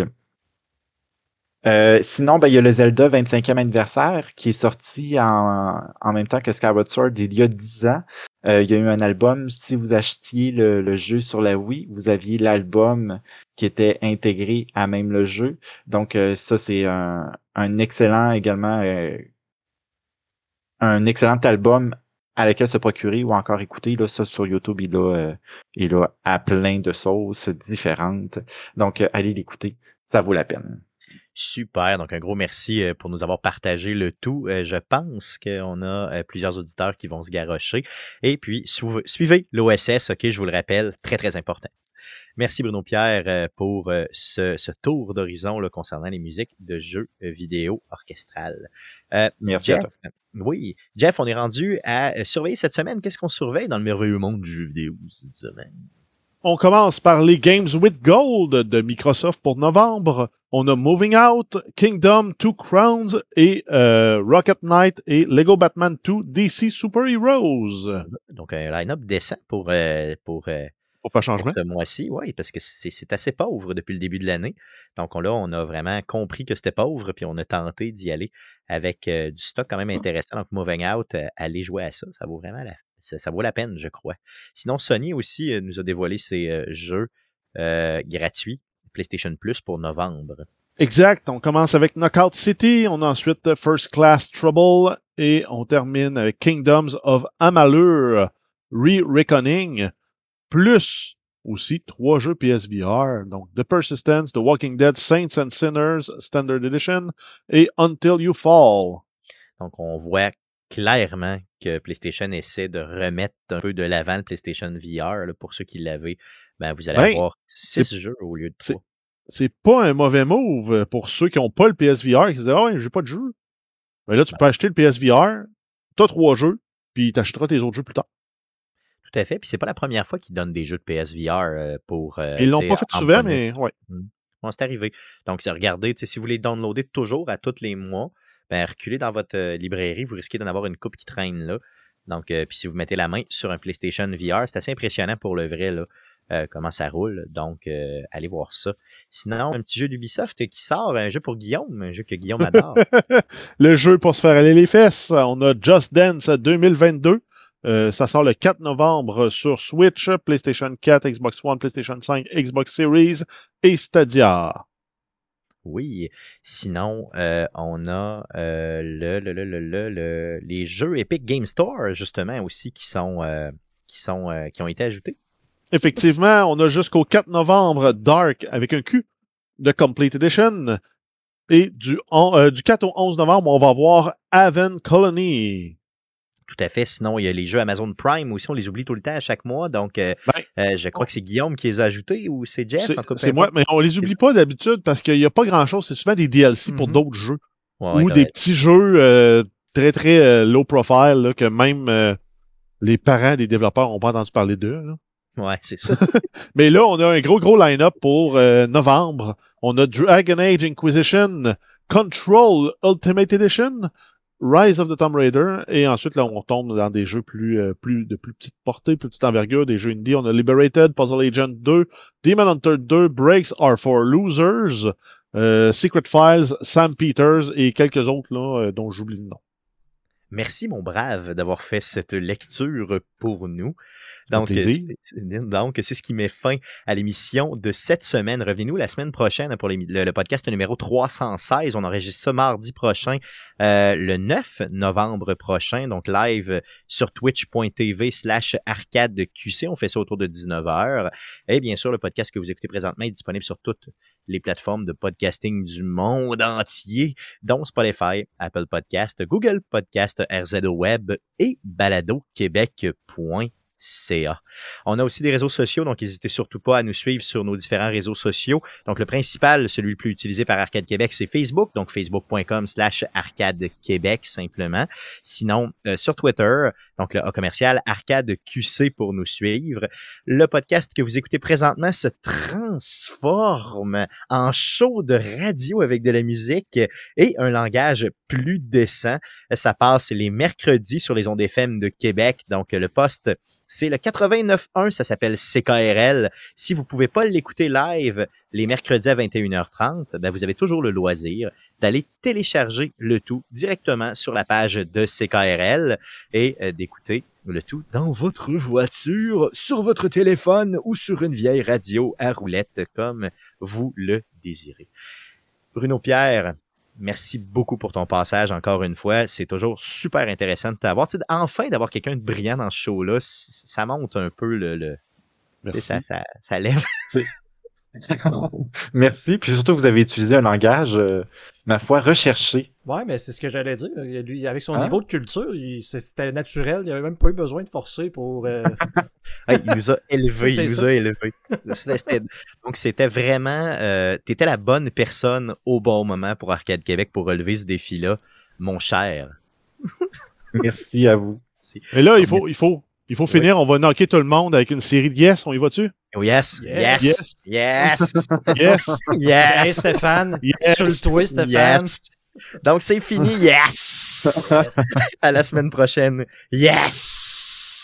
Euh, sinon, ben, il y a le Zelda vingt-cinquième anniversaire qui est sorti en, en même temps que Skyward Sword il y a dix ans. Euh, il y a eu un album. Si vous achetiez le, le jeu sur la Wii, vous aviez l'album qui était intégré à même le jeu. Donc, euh, ça, c'est un, un excellent également, euh, un excellent album à lequel se procurer ou encore écouter. Là, ça, sur YouTube, il a, euh, il a à plein de sauces différentes. Donc, euh, allez l'écouter. Ça vaut la peine. Super, donc un gros merci euh, pour nous avoir partagé le tout. Euh, je pense qu'on a euh, plusieurs auditeurs qui vont se garrocher. Et puis, sou- suivez l'O S S, ok, je vous le rappelle, très très important. Merci Bruno Pierre euh, pour euh, ce, ce tour d'horizon là, concernant les musiques de jeux euh, vidéo orchestrales. Euh, Merci Jeff, à toi. oui, Jeff, on est rendu à euh, surveiller cette semaine. Qu'est-ce qu'on surveille dans le merveilleux monde du jeu vidéo cette semaine? On commence par les Games with Gold de Microsoft pour novembre. On a Moving Out, Kingdom, Two Crowns et euh, Rocket Knight et Lego Batman deux D C Super Heroes. Donc un line-up décent pour, euh, pour, euh, Pour faire pour changement. ce mois-ci, oui, parce que c'est, c'est assez pauvre depuis le début de l'année. Donc on, là, on a vraiment compris que c'était pauvre, puis on a tenté d'y aller avec euh, du stock quand même intéressant. Donc Moving Out, euh, allez jouer à ça, ça vaut vraiment la, ça, ça vaut la peine, je crois. Sinon, Sony aussi euh, nous a dévoilé ses euh, jeux euh, gratuits PlayStation Plus pour novembre. Exact. On commence avec Knockout City. On a ensuite First Class Trouble. Et on termine avec Kingdoms of Amalur Re-Reckoning. Plus aussi trois jeux P S V R. Donc The Persistence, The Walking Dead, Saints and Sinners Standard Edition et Until You Fall. Donc on voit clairement que PlayStation essaie de remettre un peu de l'avant le PlayStation V R. Là, pour ceux qui l'avaient, ben, vous allez Ben, avoir six jeux au lieu de trois. C'est pas un mauvais move pour ceux qui n'ont pas le P S V R, qui se disent « Ah, oh, j'ai pas de jeu. » Ben là, tu Ben, peux acheter le P S V R, tu as trois jeux, puis tu achèteras tes autres jeux plus tard. Tout à fait. Puis c'est pas la première fois qu'ils donnent des jeux de P S V R euh, pour. Euh, Ils l'ont pas fait souvent, mais ouais. Bon, c'est arrivé. Donc, c'est regardez, si vous les downloadez toujours à tous les mois, ben, reculez dans votre euh, librairie, vous risquez d'en avoir une coupe qui traîne là. Donc, euh, puis si vous mettez la main sur un PlayStation V R, c'est assez impressionnant pour le vrai, là, euh, comment ça roule. Donc, euh, allez voir ça. Sinon, un petit jeu d'Ubisoft qui sort, un jeu pour Guillaume, un jeu que Guillaume adore. Le jeu pour se faire aller les fesses. On a Just Dance deux mille vingt-deux. Euh, ça sort le quatre novembre sur Switch, PlayStation quatre, Xbox One, PlayStation cinq, Xbox Series et Stadia. Oui. Sinon, euh, on a euh, le, le, le, le, le, le, les jeux Epic Game Store, justement, aussi, qui sont, euh, qui sont euh, qui ont été ajoutés. Effectivement, on a jusqu'au quatre novembre Dark avec un Q de Complete Edition. Et du, on, euh, du quatre au onze novembre, on va voir Haven Colony. Tout à fait. Sinon, il y a les jeux Amazon Prime aussi, on les oublie tout le temps à chaque mois. Donc, euh, ben, euh, je crois que c'est Guillaume qui les a ajoutés ou c'est Jeff. C'est, en tout cas, c'est moi, mais on les oublie pas d'habitude parce qu'il n'y a pas grand-chose. C'est souvent des D L C mm-hmm. pour d'autres jeux. Ouais, ou ouais, des raison. petits jeux euh, très, très euh, low profile là, que même euh, les parents des développeurs n'ont pas entendu parler d'eux. Là. Ouais, c'est ça. Mais là, on a un gros, gros line-up pour euh, novembre. On a Dragon Age Inquisition, Control Ultimate Edition, Rise of the Tomb Raider, et ensuite, là, on tombe dans des jeux plus, euh, plus de plus petite portée, plus petite envergure, des jeux indie. On a Liberated, Puzzle Agent deux, Demon Hunter deux, Breaks Are for Losers, euh, Secret Files, Sam Peters, et quelques autres, là, euh, dont j'oublie le nom. Merci, mon brave, d'avoir fait cette lecture pour nous. Donc c'est, donc, c'est ce qui met fin à l'émission de cette semaine. Revenez-nous la semaine prochaine pour les, le, le podcast numéro trois cent seize. On enregistre ça mardi prochain, euh, le neuf novembre prochain. Donc, live sur twitch.tv slash arcadeqc. On fait ça autour de dix-neuf heures. Et bien sûr, le podcast que vous écoutez présentement est disponible sur toutes les plateformes de podcasting du monde entier, dont Spotify, Apple Podcast, Google Podcast, R Z O Web et balado québec point C A. On a aussi des réseaux sociaux, donc n'hésitez surtout pas à nous suivre sur nos différents réseaux sociaux. Donc le principal, celui le plus utilisé par Arcade Québec, c'est Facebook, donc facebook.com slash Arcade Québec simplement. Sinon, euh, sur Twitter, donc le A commercial Arcade Q C pour nous suivre. Le podcast que vous écoutez présentement se transforme en show de radio avec de la musique et un langage plus décent. Ça passe les mercredis sur les ondes F M de Québec, donc le poste c'est le quatre-vingt-neuf un, ça s'appelle C K R L. Si vous pouvez pas l'écouter live les mercredis à vingt et une heures trente, ben vous avez toujours le loisir d'aller télécharger le tout directement sur la page de C K R L et euh, d'écouter le tout dans votre voiture, sur votre téléphone ou sur une vieille radio à roulette comme vous le désirez. Bruno Pierre, merci beaucoup pour ton passage encore une fois. C'est toujours super intéressant de t'avoir. Tu sais, enfin, d'avoir quelqu'un de brillant dans ce show-là, ça monte un peu le... le... Merci. Ça, ça, ça lève. Merci. Puis surtout, vous avez utilisé un langage, euh, ma foi, recherché. Ouais, mais c'est ce que j'allais dire. Lui, avec son Hein? niveau de culture, il, c'était naturel. Il avait même pas eu besoin de forcer pour... Euh... Ouais, il nous a élevés. C'est il nous ça. a élevés. C'était, c'était... Donc, c'était vraiment... Euh, t'étais la bonne personne au bon moment pour Arcade Québec pour relever ce défi-là, mon cher. Merci à vous. Mais là, il faut, il faut, il faut finir. On va knocker tout le monde avec une série de yes. On y va-tu? Oh yes, yes, Yes. yes, Yes. Hey, yes, Stéphane, Yes. sur le twist, Stéphane. yes. Donc, c'est fini. Yes! À la semaine prochaine. Yes!